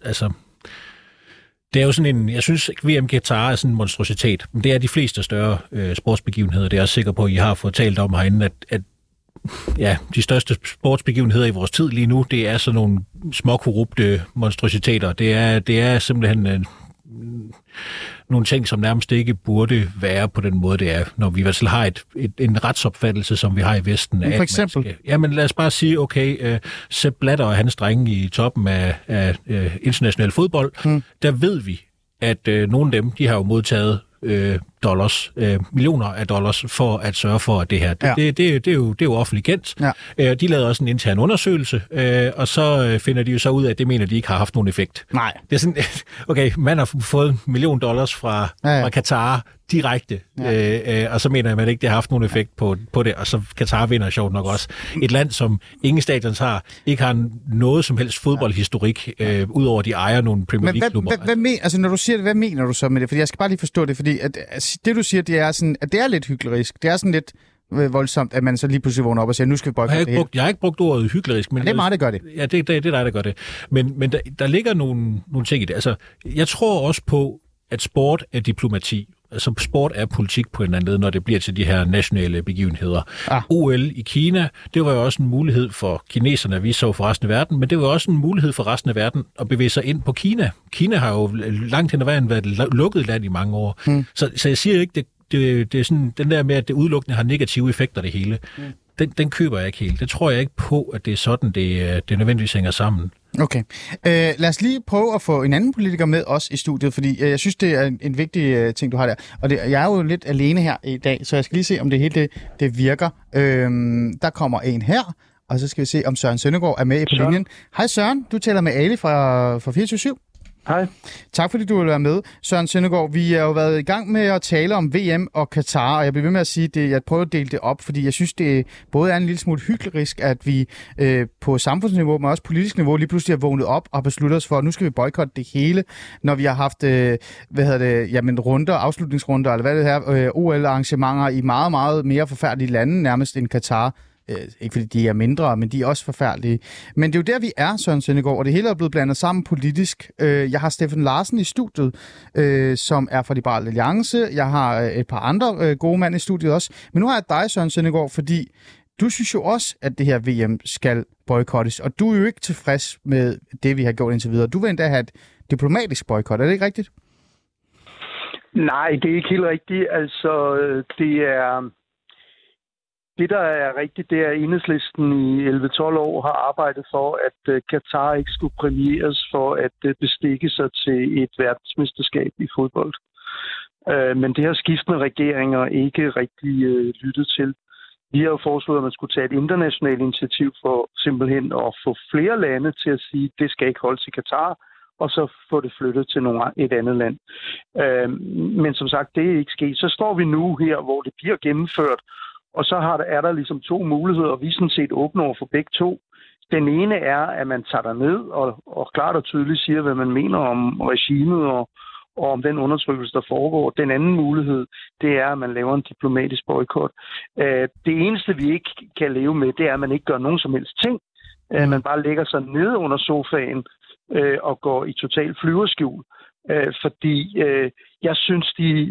det er jo sådan en, jeg synes, at VM Qatar er sådan en monstrositet. Det er de fleste større sportsbegivenheder. Det er jeg sikker på, at I har fået talt om herinde, at de største sportsbegivenheder i vores tid lige nu, det er sådan nogle småkorrupte monstrositeter. Det er simpelthen nogle ting, som nærmest ikke burde være på den måde, det er, når vi altså har en retsopfattelse, som vi har i Vesten. For eksempel? Jamen lad os bare sige, okay, Sepp Blatter og hans drenge i toppen af international fodbold, der ved vi, at nogle af dem, de har jo modtaget millioner af dollars for at sørge for, at det her, det er jo offentligt kendt. Ja. De lavede også en intern undersøgelse, og så finder de jo så ud af, at det mener, de ikke har haft nogen effekt. Nej. Det er sådan, okay, man har fået $1 million fra Qatar direkte, og så mener man ikke, det har haft nogen effekt på det, og så Qatar vinder sjovt nok også. Et land, som ingen stadions har, ikke har noget som helst fodboldhistorik, udover de ejer nogle Premier League-klubber. Når du siger det, hvad mener du så med det? Fordi jeg skal bare lige forstå det, fordi at det du siger, det er sådan, at det er lidt hyklerisk. Det er sådan lidt voldsomt, at man så lige pludselig vågner op og siger, nu skal vi boykotte det hele. Jeg har ikke brugt ordet hyklerisk, men det er meget, der gør det. Ja, det er dig, der gør det. Men der ligger nogle ting i det. Jeg tror også på, at sport er diplomati. Sport er politik på en anden led, når det bliver til de her nationale begivenheder. OL i Kina, det var jo også en mulighed for kineserne at vise sig for resten af verden, men det var også en mulighed for resten af verden at bevæge sig ind på Kina. Kina har jo langt hen ad vejen været et lukket land i mange år. Så jeg siger ikke, det er sådan, den der med, at det udelukkende har negative effekter, det hele. Den køber jeg ikke helt. Det tror jeg ikke på, at det er sådan, det nødvendigvis hænger sammen. Okay. Lad os lige prøve at få en anden politiker med os i studiet, fordi jeg synes, det er en vigtig ting, du har der. Og jeg er jo lidt alene her i dag, så jeg skal lige se, om det hele det virker. Der kommer en her, og så skal vi se, om Søren Søndergaard er med på linjen. Hej Søren, du taler med Ali fra 24/7. Hej. Tak fordi du vil være med, Søren Søndergaard. Vi har jo været i gang med at tale om VM og Qatar, og jeg bliver ved med at sige det. Jeg prøver at dele det op, fordi jeg synes, det både er en lille smule hyklerisk, at vi på samfundsniveau, men også politisk niveau, lige pludselig har vågnet op og besluttet os for, at nu skal vi boykotte det hele, når vi har haft afslutningsrunder, eller hvad det her, OL-arrangementer i meget, meget mere forfærdelige lande, nærmest end Qatar. Ikke fordi de er mindre, men de er også forfærdelige. Men det er jo der, vi er, Søren Søndergaard, og det hele er blevet blandet sammen politisk. Jeg har Steffen Larsen i studiet, som er fra Liberal Alliance. Jeg har et par andre gode mænd i studiet også. Men nu har jeg dig, Søren Søndergaard, fordi du synes jo også, at det her VM skal boykottes, og du er jo ikke tilfreds med det, vi har gjort indtil videre. Du vil endda have et diplomatisk boykot, er det ikke rigtigt? Nej, det er ikke helt rigtigt. Det, der er rigtigt, det er, at Enhedslisten i 11-12 år har arbejdet for, at Qatar ikke skulle præmieres for at bestikke sig til et verdensmesterskab i fodbold. Men det har skiftende regeringer ikke rigtig lyttet til. Vi har jo foreslået, at man skulle tage et internationalt initiativ for simpelthen at få flere lande til at sige, at det skal ikke holdes i Qatar, og så få det flyttet til et andet land. Men som sagt, det er ikke sket. Så står vi nu her, hvor det bliver gennemført, Og så er der ligesom to muligheder, og vi er sådan set åbne over for begge to. Den ene er, at man tager ned og klart og tydeligt siger, hvad man mener om regimet og om den undertrykkelse, der foregår. Den anden mulighed, det er, at man laver en diplomatisk boykot. Det eneste, vi ikke kan leve med, det er, at man ikke gør nogen som helst ting. Man bare lægger sig ned under sofaen og går i total flyverskjul. Fordi jeg synes, de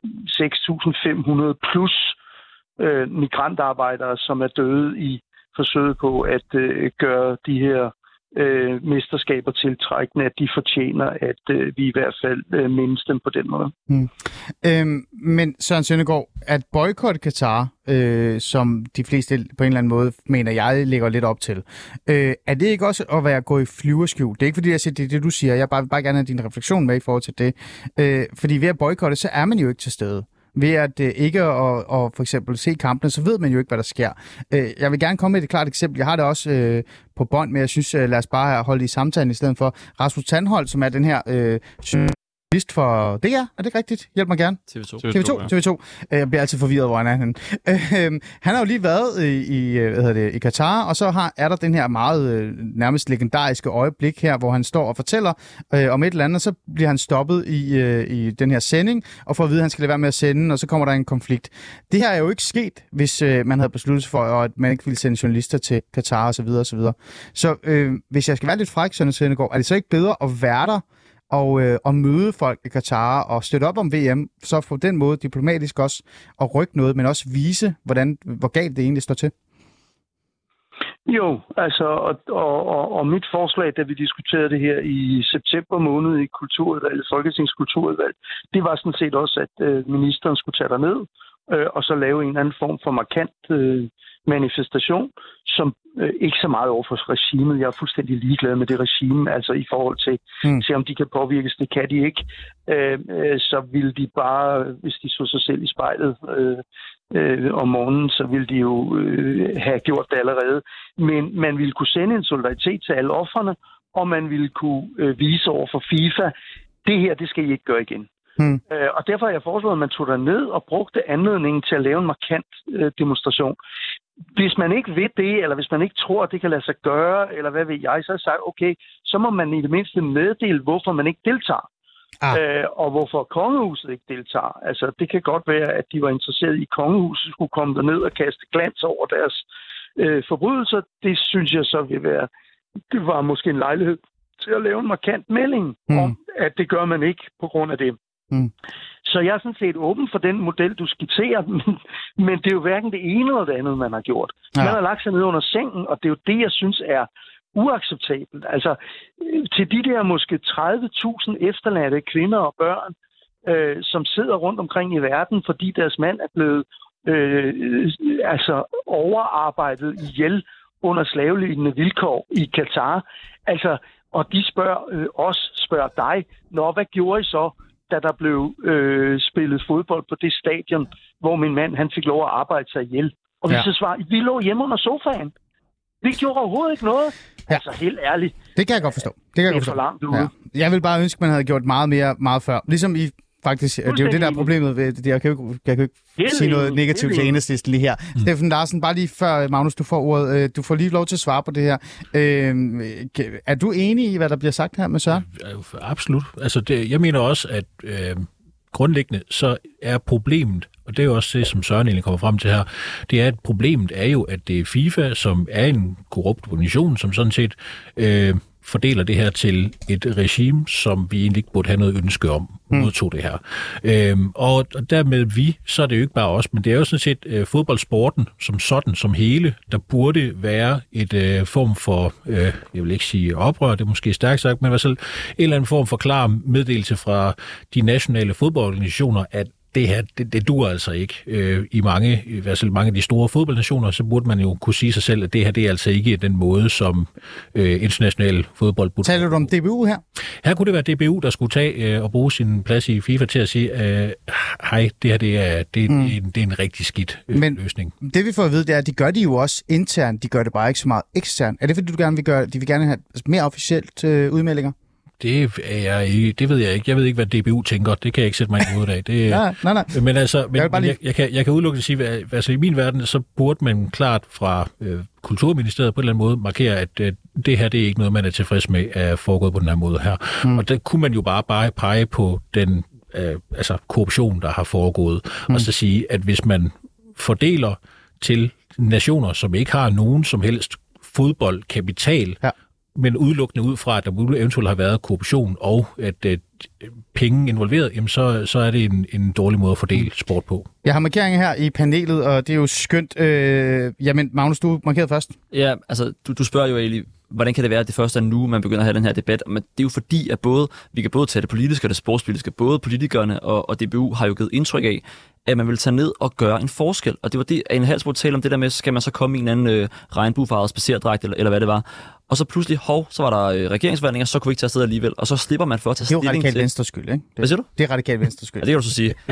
6.500 plus migrantarbejdere, som er døde i forsøget på at gøre de her mesterskaber tiltrækkende, at de fortjener, at vi i hvert fald mindes dem på den måde. Men Søren Søndergaard, at boykotte Katar, som de fleste på en eller anden måde, mener jeg, lægger lidt op til, er det ikke også at gå i flyverskjul? Det er ikke fordi, jeg siger, det er det, du siger. Jeg vil bare gerne have din refleksion med i forhold til det. Fordi ved at boykotte, så er man jo ikke til stede. Ved at ikke at for eksempel se kampene, så ved man jo ikke, hvad der sker. Jeg vil gerne komme med et klart eksempel. Jeg har det også på bånd, men jeg synes, lad os bare holde i samtalen i stedet for. Rasmus Tandholt, som er den her journalist for DR, er det ikke rigtigt? Hjælp mig gerne. TV2. Jeg bliver altid forvirret, hvor han er henne. Han har jo lige været i Katar, og så er der den her meget nærmest legendariske øjeblik her, hvor han står og fortæller om et eller andet, og så bliver han stoppet i den her sending, og får at vide, at han skal lade være med at sende, og så kommer der en konflikt. Det her er jo ikke sket, hvis man havde besluttet for, at man ikke ville sende journalister til Katar osv. osv. Så hvis jeg skal være lidt fræk, Søren Søndergaard, er det så ikke bedre at være der, og møde folk i Katar og støtte op om VM, så på den måde diplomatisk også at rykke noget, men også vise, hvor galt det egentlig står til? Jo, altså, og mit forslag, da vi diskuterede det her i september måned i kulturudvalget, Folketingets kulturudvalg, det var sådan set også, at ministeren skulle tage derned og så lave en eller anden form for markant manifestation, som ikke så meget over for regimet. Jeg er fuldstændig ligeglad med det regime, altså i forhold til, se om de kan påvirkes. Det kan de ikke. Så vil de bare, hvis de så sig selv i spejlet om morgenen, så ville de jo have gjort det allerede. Men man ville kunne sende en solidaritet til alle ofrene, og man ville kunne vise over for FIFA, det her, det skal I ikke gøre igen. Og derfor har jeg foreslået, at man tog ned og brugte anledningen til at lave en markant demonstration. Hvis man ikke ved det, eller hvis man ikke tror, at det kan lade sig gøre, eller hvad ved jeg, så har jeg sagt, okay, så må man i det mindste meddele, hvorfor man ikke deltager. Og hvorfor kongehuset ikke deltager. Altså, det kan godt være, at de var interesseret i, at kongehuset skulle komme derned og kaste glans over deres forbrydelser. Det synes jeg så vil være, det var måske en lejlighed til at lave en markant melding om, at det gør man ikke på grund af det. Så jeg er sådan set åben for den model, du skitserer, men det er jo hverken det ene eller det andet, man har gjort. Man har lagt sig ned under sengen, og det er jo det, jeg synes er uacceptabelt. Altså, til de der måske 30.000 efterladte kvinder og børn, som sidder rundt omkring i verden, fordi deres mand er blevet overarbejdet ihjel under slavelignende vilkår i Katar. Altså, og de spørger dig, hvad gjorde I så, da der blev spillet fodbold på det stadion, hvor min mand han fik lov at arbejde sig ihjel. Og vi så svarer, vi lå hjemme under sofaen. Vi gjorde overhovedet ikke noget. Ja. Altså, helt ærligt. Det kan jeg godt forstå. Det er for langt ude. Ja. Jeg vil bare ønske, at man havde gjort meget før. Ligesom i faktisk, det er jo det der problemet ved det. Jeg kan jo ikke sige noget negativt til Enhedslisten lige her. Steffen Larsen, bare lige før, Magnus, du får ordet. Du får lige lov til at svare på det her. Er du enig i, hvad der bliver sagt her med Søren? Absolut. Altså, jeg mener også, at grundlæggende så er problemet, og det er jo også det, som Søren egentlig kommer frem til her, det er, at problemet er jo, at det er FIFA, som er en korrupt organisation, som sådan set fordeler det her til et regime, som vi egentlig ikke burde have noget ønske om, modtog det her. Og dermed så er det jo ikke bare os, men det er jo sådan set fodboldsporten som sådan, som hele, der burde være et form for, jeg vil ikke sige oprør, det er måske stærkt sagt, men i hvert fald en eller anden form for klar meddelelse fra de nationale fodboldorganisationer, at det her, det duer altså ikke. I hvert fald mange af de store fodboldnationer, så burde man jo kunne sige sig selv, at det her, det er altså ikke den måde, som international fodbold burde. Taler du om DBU her? Her kunne det være DBU, der skulle tage og bruge sin plads i FIFA til at sige, hej, det her, det er en rigtig skidt løsning. Det vi får at vide, det er, at de gør det jo også internt, de gør det bare ikke så meget eksternt. Er det fordi, de vil gerne have mere officielt udmeldinger? Det ved jeg ikke. Jeg ved ikke, hvad DBU tænker. Det kan jeg ikke sætte mig imod af. Det, nej. Men altså, jeg kan udelukkende sige, at altså, i min verden, så burde man klart fra Kulturministeriet på en eller anden måde markere, at det her, det er ikke noget, man er tilfreds med, at foregået på den her måde her. Og der kunne man jo bare pege på den korruption, der har foregået, og så sige, at hvis man fordeler til nationer, som ikke har nogen som helst fodboldkapital, men udelukkende ud fra, at der eventuelt har været korruption, og at penge involveret, jamen så er det en dårlig måde at fordele sport på. Jeg har markeringer her i panelet, og det er jo skønt. Jamen, Magnus, du markerede først. Ja, altså, du spørger jo egentlig, hvordan kan det være, at det først er nu, man begynder at have den her debat? Men det er jo fordi, at vi kan både tage det politiske og det sportspolitiske, både politikerne og DBU har jo givet indtryk af, at man vil tage ned og gøre en forskel. Og det var det, Ane Halsbro talte om det der med, skal man så komme i en anden regnbuefarvet spacerdragt, eller hvad det var. Og så pludselig, så var der regeringsforhandlinger, så kunne vi ikke tage afsted alligevel. Og så slipper man for at tage stilling til... Det er jo radikalt venstres skyld, ikke? Hvad siger du? Det er radikalt venstres skyld. Ja, det kan du så sige.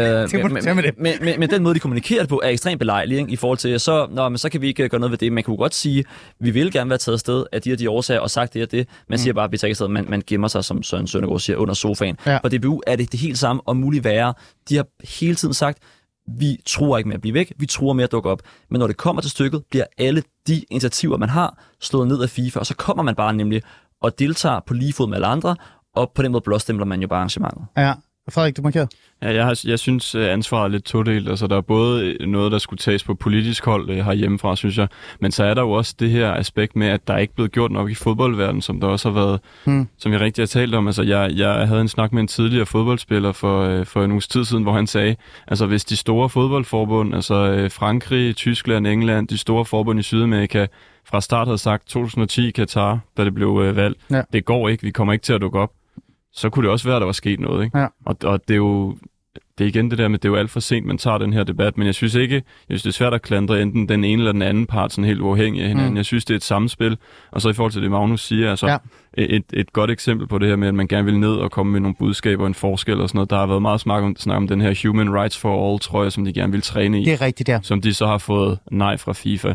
Men den måde, de kommunikerer på, er ekstremt belejlig, ikke? I forhold til, så kan vi ikke gøre noget ved det. Man kunne godt sige, vi vil gerne være taget afsted af de årsager, og sagt det og det. Man siger bare, at vi tager afsted, man gemmer sig, som Søren Søndergaard siger, under sofaen. Ja. For DBU er det helt samme, og muligt værre. De har hele tiden sagt, vi tror ikke med at blive væk, vi tror med at dukke op. Men når det kommer til stykket, bliver alle de initiativer, man har, slået ned af FIFA, og så kommer man bare nemlig og deltager på lige fod med alle andre, og på den måde blåstempler man jo bare arrangementet. Ja. Frederik, du markerede? Ja, jeg synes, ansvaret er lidt todelt. Altså, der er både noget, der skulle tages på politisk hold herhjemmefra, synes jeg. Men så er der jo også det her aspekt med, at der ikke er blevet gjort nok i fodboldverdenen, som der også har været, som jeg rigtig har talt om. Altså, jeg havde en snak med en tidligere fodboldspiller for en uges tid siden, hvor han sagde, altså hvis de store fodboldforbund, altså Frankrig, Tyskland, England, de store forbund i Sydamerika, fra start havde sagt 2010 Katar, da det blev valgt, det går ikke, vi kommer ikke til at dukke op. Så kunne det også være, at der var sket noget, ikke? Ja. Og det er jo det er igen det der med, det er jo alt for sent, man tager den her debat, men jeg synes det er svært at klandre enten den ene eller den anden part sådan helt uafhængig af hinanden. Jeg synes, det er et samspil, og så i forhold til det, Magnus siger, altså et godt eksempel på det her med, at man gerne vil ned og komme med nogle budskaber og en forskel og sådan noget. Der har været meget snak om den her Human Rights for All, tror jeg, som de gerne vil træne i. Det er rigtigt, ja. Som de så har fået nej fra FIFA.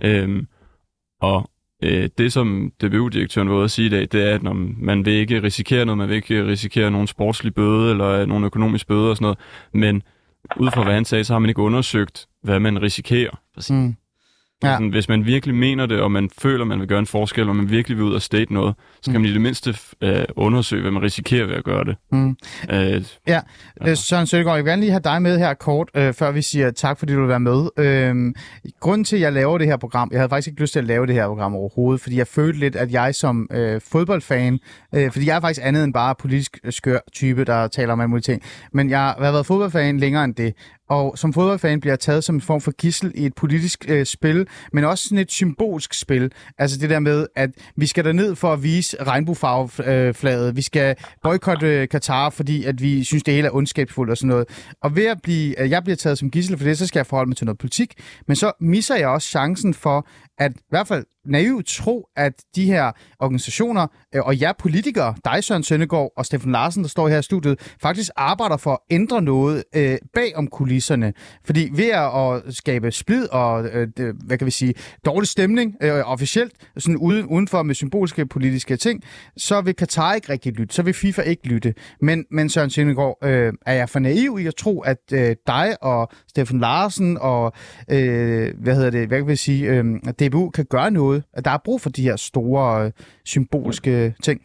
Det, som DBU-direktøren var ude at sige i dag, det er, at når man vil ikke risikere noget, man vil ikke risikere nogen sportslig bøde eller nogen økonomisk bøde og sådan noget, men ud fra hvad han sagde, så har man ikke undersøgt, hvad man risikerer. Ja. Altså, hvis man virkelig mener det, og man føler, man vil gøre en forskel, og man virkelig vil ud og state noget, så kan man i det mindste undersøge, hvad man risikerer ved at gøre det. Søren Søndergaard, jeg vil gerne lige have dig med her kort, før vi siger tak, fordi du vil være med. Grunden til, at jeg laver det her program, jeg havde faktisk ikke lyst til at lave det her program overhovedet, fordi jeg følte lidt, at jeg som fodboldfan, fordi jeg er faktisk andet end bare politisk skør type, der taler om alle mulige ting, men jeg har været fodboldfan længere end det. Og som fodboldfan bliver jeg taget som en form for gidsel i et politisk spil, men også sådan et symbolsk spil. Altså det der med, at vi skal derned for at vise regnbuefarveflaget. Vi skal boykotte Katar, fordi at vi synes, det hele er ondskabsfuldt og sådan noget. Og ved at jeg bliver taget som gidsel for det, så skal jeg forholde mig til noget politik. Men så misser jeg også chancen for, at i hvert fald naivt tro, at de her organisationer og jer politikere, dig Søren Søndergaard og Steffen Larsen, der står her i studiet, faktisk arbejder for at ændre noget bag om kulisserne. Fordi ved at skabe splid og, hvad kan vi sige, dårlig stemning officielt, sådan udenfor med symbolske politiske ting, så vil Katar ikke rigtig lytte, så vil FIFA ikke lytte. Men Søren Søndergaard, er jeg for naiv i at tro, at dig og Steffen Larsen og, hvad kan vi sige, DBU kan gøre noget, at der er brug for de her store symbolske ting?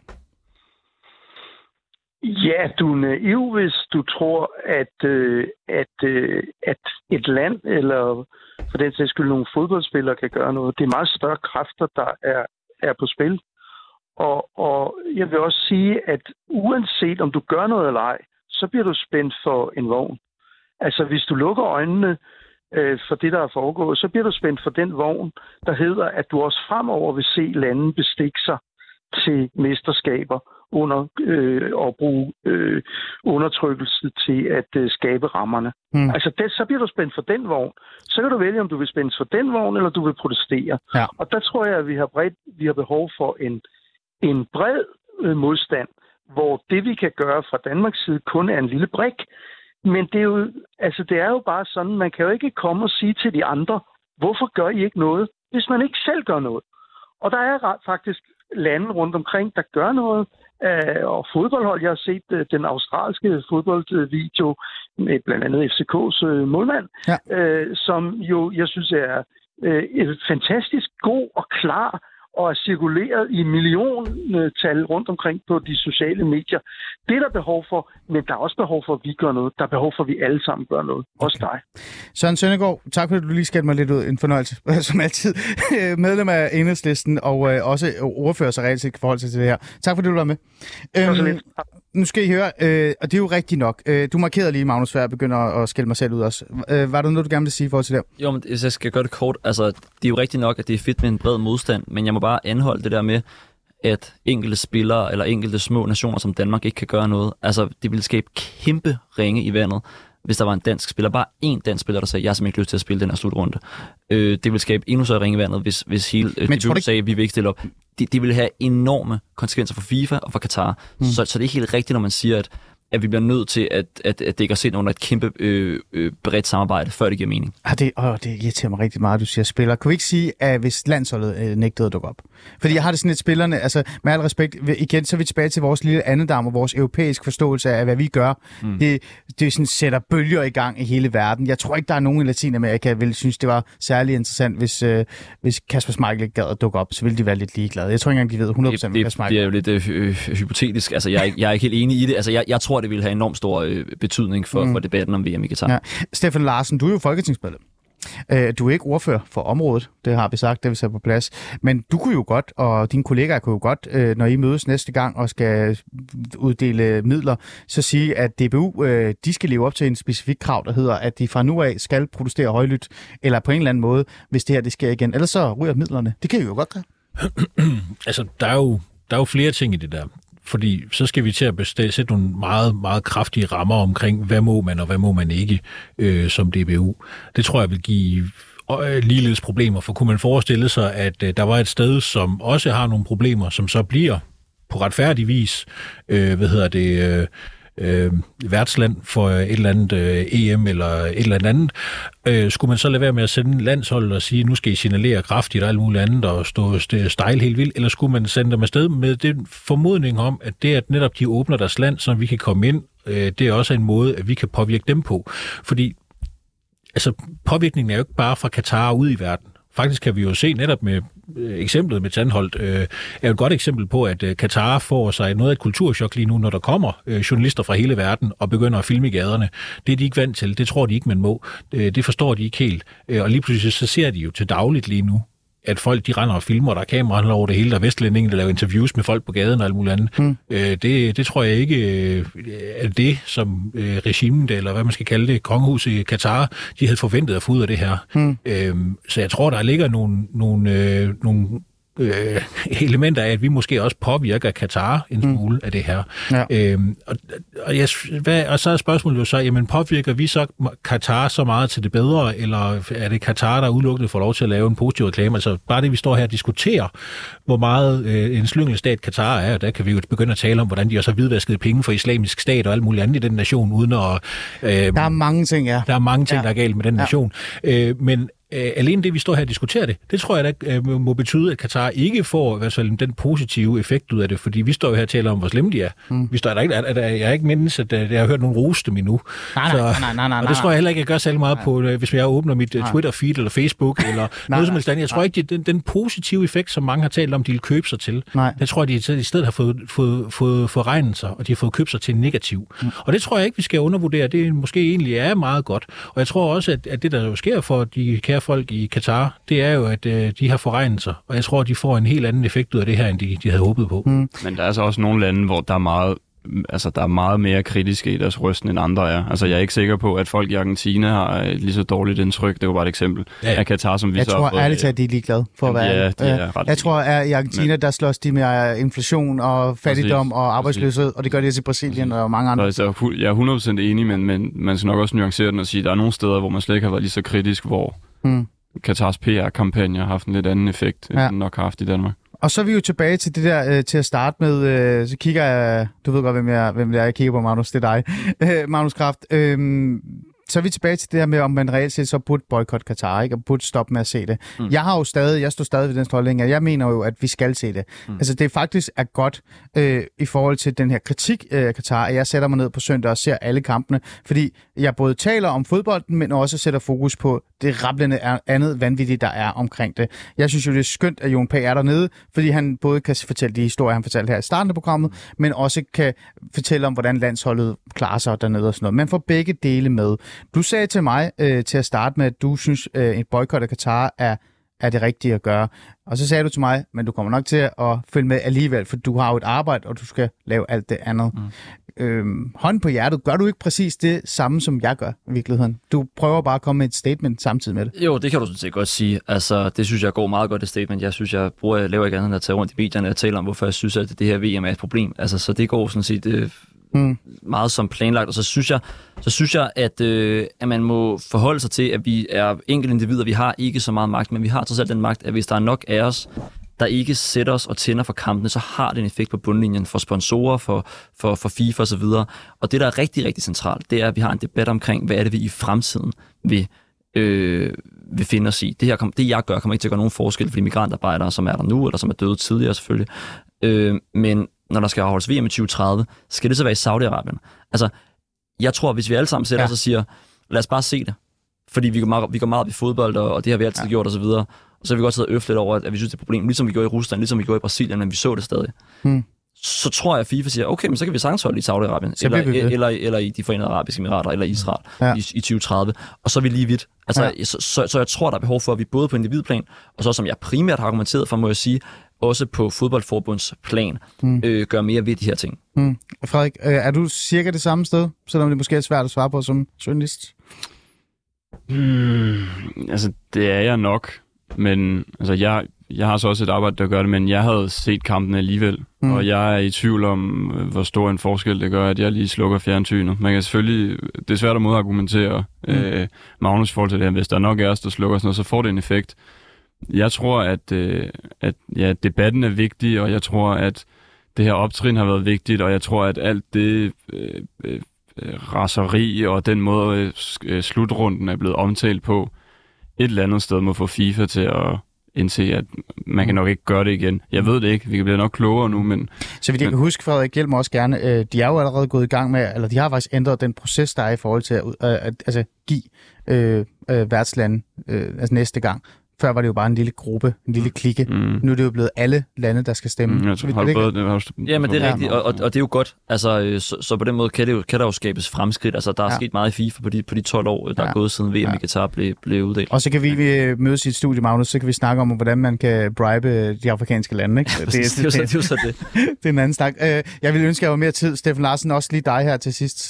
Ja, du er naiv, hvis du tror, at et land, eller for den sags skyld nogle fodboldspillere, kan gøre noget. Det er meget større kræfter, der er på spil. Og jeg vil også sige, at uanset om du gør noget eller ej, så bliver du spændt for en vogn. Altså, hvis du lukker øjnene for det, der er foregået, så bliver du spændt for den vogn, der hedder, at du også fremover vil se lande bestikke sig til mesterskaber under og bruge undertrykkelse til at skabe rammerne. Altså, så bliver du spændt for den vogn. Så kan du vælge, om du vil spændes for den vogn, eller du vil protestere. Ja. Og der tror jeg, at vi har behov for en bred modstand, hvor det, vi kan gøre fra Danmarks side, kun er en lille brik. Men det er jo bare sådan, man kan jo ikke komme og sige til de andre, hvorfor gør I ikke noget, hvis man ikke selv gør noget? Og der er faktisk lande rundt omkring, der gør noget. Og fodboldhold, jeg har set den australske fodboldvideo med blandt andet FCK's målmand, som jo, jeg synes er fantastisk god og klar og er cirkuleret i milliontal rundt omkring på de sociale medier. Det er der behov for, men der er også behov for, at vi gør noget. Der er behov for, at vi alle sammen gør noget. Også dig. Søren Søndergaard, tak for, at du lige skældte mig lidt ud. En fornøjelse, som altid. Medlem af Enhedslisten og også ordfører sig reelt set i forhold til det her. Tak fordi du var med. Nu skal I høre, og det er jo rigtigt nok. Du markerede lige, Magnus, før jeg begynder at skælde mig selv ud også. Var der noget, du gerne vil sige i forhold til det? Jo, men jeg skal gøre det kort. Altså, det er jo rigtigt nok, at det er fedt med en bred modstand, men jeg må bare anholde det der med, at enkelte spillere eller enkelte små nationer som Danmark ikke kan gøre noget. Altså, det ville skabe kæmpe ringe i vandet, hvis der var en dansk spiller. Bare én dansk spiller, der sagde, jeg har simpelthen ikke lyst til at spille den her slutrunde. Det ville skabe endnu større ringe i vandet, hvis hele DBU sagde, at vi vil ikke stille op. Det ville have enorme konsekvenser for FIFA og for Katar. Så det er ikke helt rigtigt, når man siger, at vi bliver nødt til at dække os ind under et kæmpe bredt samarbejde, før det giver mening. Det irriterer mig rigtig meget, du siger spiller. Kan vi ikke sige, at hvis landsholdet nægtede at dukke op? Fordi jeg har det sådan lidt spillerne, altså med al respekt, igen, så er vi tilbage til vores lille andedam og vores europæiske forståelse af, hvad vi gør. Det sådan sætter bølger i gang i hele verden. Jeg tror ikke, der er nogen i Latinamerika, der ville synes, det var særlig interessant, hvis Kasper Schmeichel ikke gad at dukke op, så ville de være lidt ligeglade. Jeg tror ikke engang, de ved 100% hvad Kasper Schmeichel. Det er jo lidt hypotetisk. Altså, jeg er ikke helt enig i det. Altså, jeg tror, det vil have enormt stor betydning for debatten om VM i Katar. Ja. Stefan Larsen, du er jo folketingsmedlem. Du er ikke ordfører for området, det har vi sagt, det vi sat på plads. Men du kunne jo godt, og dine kollegaer kunne jo godt, når I mødes næste gang og skal uddele midler, så sige, at DBU, de skal leve op til en specifik krav, der hedder, at de fra nu af skal protestere højlydt, eller på en eller anden måde, hvis det her det sker igen. Ellers så ryger midlerne. Det kan I jo godt gøre. Altså, der er jo flere ting i det der. Fordi så skal vi til at sætte nogle meget, meget kraftige rammer omkring, hvad må man og hvad må man ikke som DBU. Det tror jeg vil give ligeledes problemer, for kunne man forestille sig, at der var et sted, som også har nogle problemer, som så bliver på retfærdig vis, værtsland for et eller andet EM eller et eller andet. Skulle man så lade være med at sende landshold og sige, nu skal I signalere kraftigt og alt muligt andet og stå stejle helt vildt, eller skulle man sende dem afsted med den formodning om, at det, at netop de åbner deres land, så vi kan komme ind, det er også en måde, at vi kan påvirke dem på. Fordi altså, påvirkningen er jo ikke bare fra Katar ud i verden. Faktisk kan vi jo se netop med eksemplet med Tandholt, er et godt eksempel på, at Katar får sig noget af et kulturschok lige nu, når der kommer journalister fra hele verden og begynder at filme i gaderne. Det er de ikke vant til, det tror de ikke, man må. Det forstår de ikke helt. Og lige pludselig så ser de jo til dagligt lige nu, at folk de render og filmer, og der er kameraer over det hele, der er vestlændinge, der laver interviews med folk på gaden og alt muligt andet. Det tror jeg ikke er det, som regimet, eller hvad man skal kalde det, kongehuset i Katar, de havde forventet at få ud af det her. Så jeg tror, der ligger nogle elementer af, at vi måske også påvirker Katar en smule af det her. Ja. Og så er spørgsmålet jo så, jamen påvirker vi så Katar så meget til det bedre, eller er det Katar, der udelukkende får lov til at lave en positiv reklame? Altså bare det, vi står her og diskuterer, hvor meget en slyngelstat Katar er, og der kan vi jo begynde at tale om, hvordan de også har hvidvasket penge for islamisk stat og alt muligt andet i den nation, uden at... der er mange ting, ja. Der er mange ting, der er galt med den nation. Men alene det, vi står her og diskuterer det tror jeg da må betyde, at Katar ikke får i hvert fald den positive effekt ud af det, fordi vi står jo her og taler om, hvor slemme de er. Vi står jeg har ikke mindes, at jeg har hørt nogen rose dem endnu. Nej. Og det tror jeg heller ikke, jeg gør særlig meget på, hvis jeg åbner mit Twitter-feed eller Facebook eller noget som helst andet. Jeg tror ikke, den positive effekt, som mange har talt om, de vil købe sig til, det tror jeg, de i stedet har fået regnet sig, og de har fået købt sig til en negativ. Og det tror jeg ikke, vi skal undervurdere. Det måske egentlig er meget godt. Og jeg tror også, at det, der jo sker for de kære folk i Katar, det er jo, at de har forregnet sig, og jeg tror, at de får en helt anden effekt ud af det her, end de havde håbet på. Men der er så også nogle lande, hvor der er meget mere kritiske i deres røsten, end andre er. Altså, jeg er ikke sikker på, at folk i Argentina har et lige så dårligt indtryk. Det var bare et eksempel af Katar, som vi jeg så tror ærligt talt, de er ligeglade for at være. Ja, de er ret. Jeg tror, at i Argentina, der slås de med inflation og fattigdom og arbejdsløshed, og det gør de også i Brasilien og mange andre. Altså, jeg er 100% enig, men man skal nok også nuancere den og sige, at der er nogle steder, hvor man slet ikke har været lige så kritisk, hvor Katars PR-kampagne har haft en lidt anden effekt, end den nok har haft i Danmark. Og så er vi jo tilbage til det der til at starte med. Så kigger jeg, du ved godt, hvem det er, jeg kigger på, Magnus, det er dig. Magnus Kraft, så er vi tilbage til det her med, om man reelt set så burde boykotte Qatar, ikke? Og burde stoppe med at se det. Jeg står stadig ved den holdning, at jeg mener jo, at vi skal se det. Altså, det faktisk er godt i forhold til den her kritik af Qatar, at jeg sætter mig ned på søndag og ser alle kampene, fordi jeg både taler om fodbolden, men også sætter fokus på det rablende andet vanvittige, der er omkring det. Jeg synes jo, det er skønt, at Jon P. er dernede, fordi han både kan fortælle de historier, han fortalte her i starten af programmet, men også kan fortælle om, hvordan landsholdet klarer sig dernede og sådan noget. Man får begge dele med. Du sagde til mig til at starte med, at du synes, en boykot af Qatar er det rigtige at gøre. Og så sagde du til mig, men du kommer nok til at følge med alligevel, for du har jo et arbejde, og du skal lave alt det andet. Hånd på hjertet, gør du ikke præcis det samme, som jeg gør i virkeligheden? Du prøver bare at komme med et statement samtidig med det. Jo, det kan du sådan set godt sige. Altså, det synes jeg går meget godt, det statement. Jeg synes, jeg laver ikke andet end at tage rundt i medierne og tale om, hvorfor jeg synes, at det her VM er et problem. Altså, så det går sådan set meget som planlagt. Og så synes jeg, at man må forholde sig til, at vi er enkelte individer. Vi har ikke så meget magt, men vi har trods alt den magt, at hvis der er nok af os, der ikke sætter os og tænder for kampene, så har det en effekt på bundlinjen for sponsorer, for FIFA osv. Og det, der er rigtig, rigtig centralt, det er, at vi har en debat omkring, hvad er det, vi i fremtiden vil finde os i. Det, jeg gør, kommer ikke til at gøre nogen forskel for de migrantarbejdere, som er der nu, eller som er døde tidligere selvfølgelig. Men når der skal afholdes VM i 2030, skal det så være i Saudi-Arabien. Altså, jeg tror, hvis vi alle sammen sætter os og siger, lad os bare se det, fordi vi går meget op i fodbold, og det har vi altid gjort osv., og så har vi godt siddet og øflet over, at vi synes, det er et problem, ligesom vi gjorde i Rusland, ligesom vi gjorde i Brasilien, men vi så det stadig. Så tror jeg, at FIFA siger, okay, men så kan vi sagtens holde i Saudi-Arabien, eller i de Forenede Arabiske Emirater, eller Israel i 2030, og så er vi lige vidt. Altså, så jeg tror, der er behov for, at vi både på individplan, og så som jeg primært har argumenteret for, må jeg sige, også på fodboldforbundsplan, gør mere ved de her ting. Frederik, er du cirka det samme sted, selvom det måske er svært at svare på som journalist? Altså, det er jeg nok. Men altså, jeg har så også et arbejde, der gør det, men jeg havde set kampene alligevel. Og jeg er i tvivl om, hvor stor en forskel det gør, at jeg lige slukker fjernsynet. Man kan selvfølgelig, det er svært at modargumentere Magnus i forhold til det her. Hvis der er nok af os, der slukker sådan noget, så får det en effekt. Jeg tror, at debatten er vigtig, og jeg tror, at det her optrin har været vigtigt, og jeg tror, at alt det raseri og den måde slutrunden er blevet omtalt på, et eller andet sted må få FIFA til at indse, at man kan nok ikke gøre det igen. Jeg ved det ikke. Vi kan blive nok klogere nu, men... Så vidt jeg kan huske, Frederik, hjælp mig også gerne. De er jo allerede gået i gang med, eller de har faktisk ændret den proces, der er i forhold til at give værtslande næste gang. Før var det jo bare en lille gruppe, en lille klikke. Nu er det jo blevet alle lande, der skal stemme. Ja, men det er rigtigt, og det er jo godt. Altså, så på den måde kan der jo skabes fremskridt. Altså, der er sket meget i FIFA på de 12 år, der er gået siden VM i Qatar blev uddelt. Og så kan vi mødes i et studie, Magnus, så kan vi snakke om, hvordan man kan bribe de afrikanske lande. Ikke? Det er jo så det. Det er en anden snak. Jeg vil ønske, at jeg var mere tid. Steffen Larsen, også lige dig her til sidst.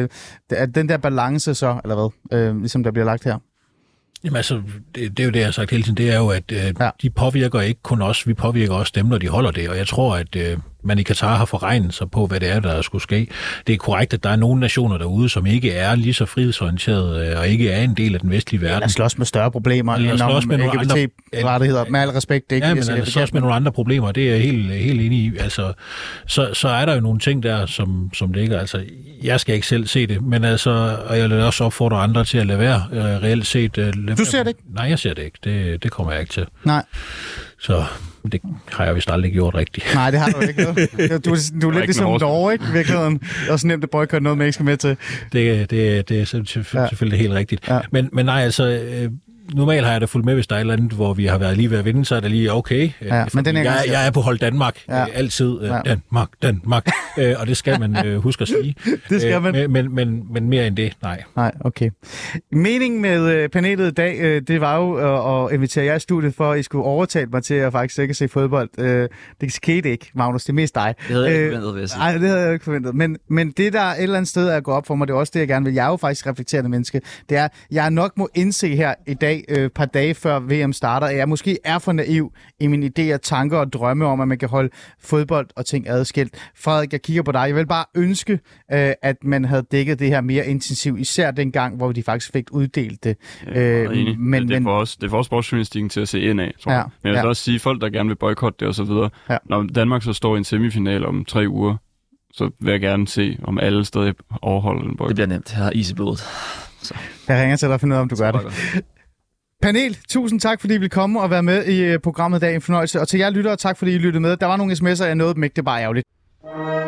Den der balance så, eller hvad, ligesom der bliver lagt her? Jamen altså, det er jo det, jeg har sagt hele tiden, det er jo, at de påvirker ikke kun os, vi påvirker også dem, når de holder det, og jeg tror, at man i Qatar har forregnet sig på, hvad det er, der skulle ske. Det er korrekt, at der er nogle nationer derude, som ikke er lige så frihedsorienterede, og ikke er en del af den vestlige verden. Eller slås med større problemer, end LGBT-rettigheder, med al respekt. Det ikke, ja, men slås med nogle andre problemer, det er jeg helt enig i. Altså, så er der jo nogle ting der, som det ikke er. Altså, jeg skal ikke selv se det, men altså, og jeg vil også opfordre andre til at lade være reelt set. Du ser det ikke? Nej, jeg ser det ikke. Det kommer jeg ikke til. Nej. Så det har jeg vist aldrig gjort rigtigt. Nej, det har du ikke. Du er lidt ligesom Norge, ikke? Virkeligheden. Det er også nemt at boykotte noget, man ikke skal med til. Det er selvfølgelig helt rigtigt. Ja. Men nej, altså... Normalt har jeg da fulgt med, hvis der er et eller andet, hvor vi har været lige ved at vinde, så er det lige okay. Ja, men jeg er på hold Danmark. Altid Danmark. Og det skal man huske at sige. Det skal man. Men mere end det, nej. Nej, okay. Meningen med panelet i dag, det var jo at invitere jer i studiet for, at I skulle overtale mig til at faktisk ikke se fodbold. Det skete ikke, Magnus. Det er mest dig. Det havde jeg ikke forventet, vil jeg sige. Nej, det havde jeg ikke forventet. Men det, der et eller andet sted er at gå op for mig, det er også det, jeg gerne vil. Jeg er jo faktisk reflekterende menneske. Det er, jeg nok må indse her i dag, par dage før VM starter, at jeg måske er for naiv i mine idéer, tanker og drømme om, at man kan holde fodbold og ting adskilt. Frederik, jeg kigger på dig. Jeg vil bare ønske, at man havde dækket det her mere intensivt, især dengang, hvor de faktisk fik uddelt det. Men det får også sportsjournalistikken til at se ind af, tror jeg. Men jeg vil også sige, folk, der gerne vil boykotte det og så videre. Ja. Når Danmark så står i en semifinal om 3 uger, så vil jeg gerne se, om alle stadig overholder den boykot. Det bliver nemt. Jeg har is i blodet. Så. Jeg ringer til dig og finder ud af, om du gør det. Panel, tusind tak, fordi I vil komme og være med i programmet i dag. En fornøjelse. Og til jer lyttere, tak fordi I lyttede med. Der var nogle sms'er, jeg nåede dem ikke. Det er bare ærgerligt.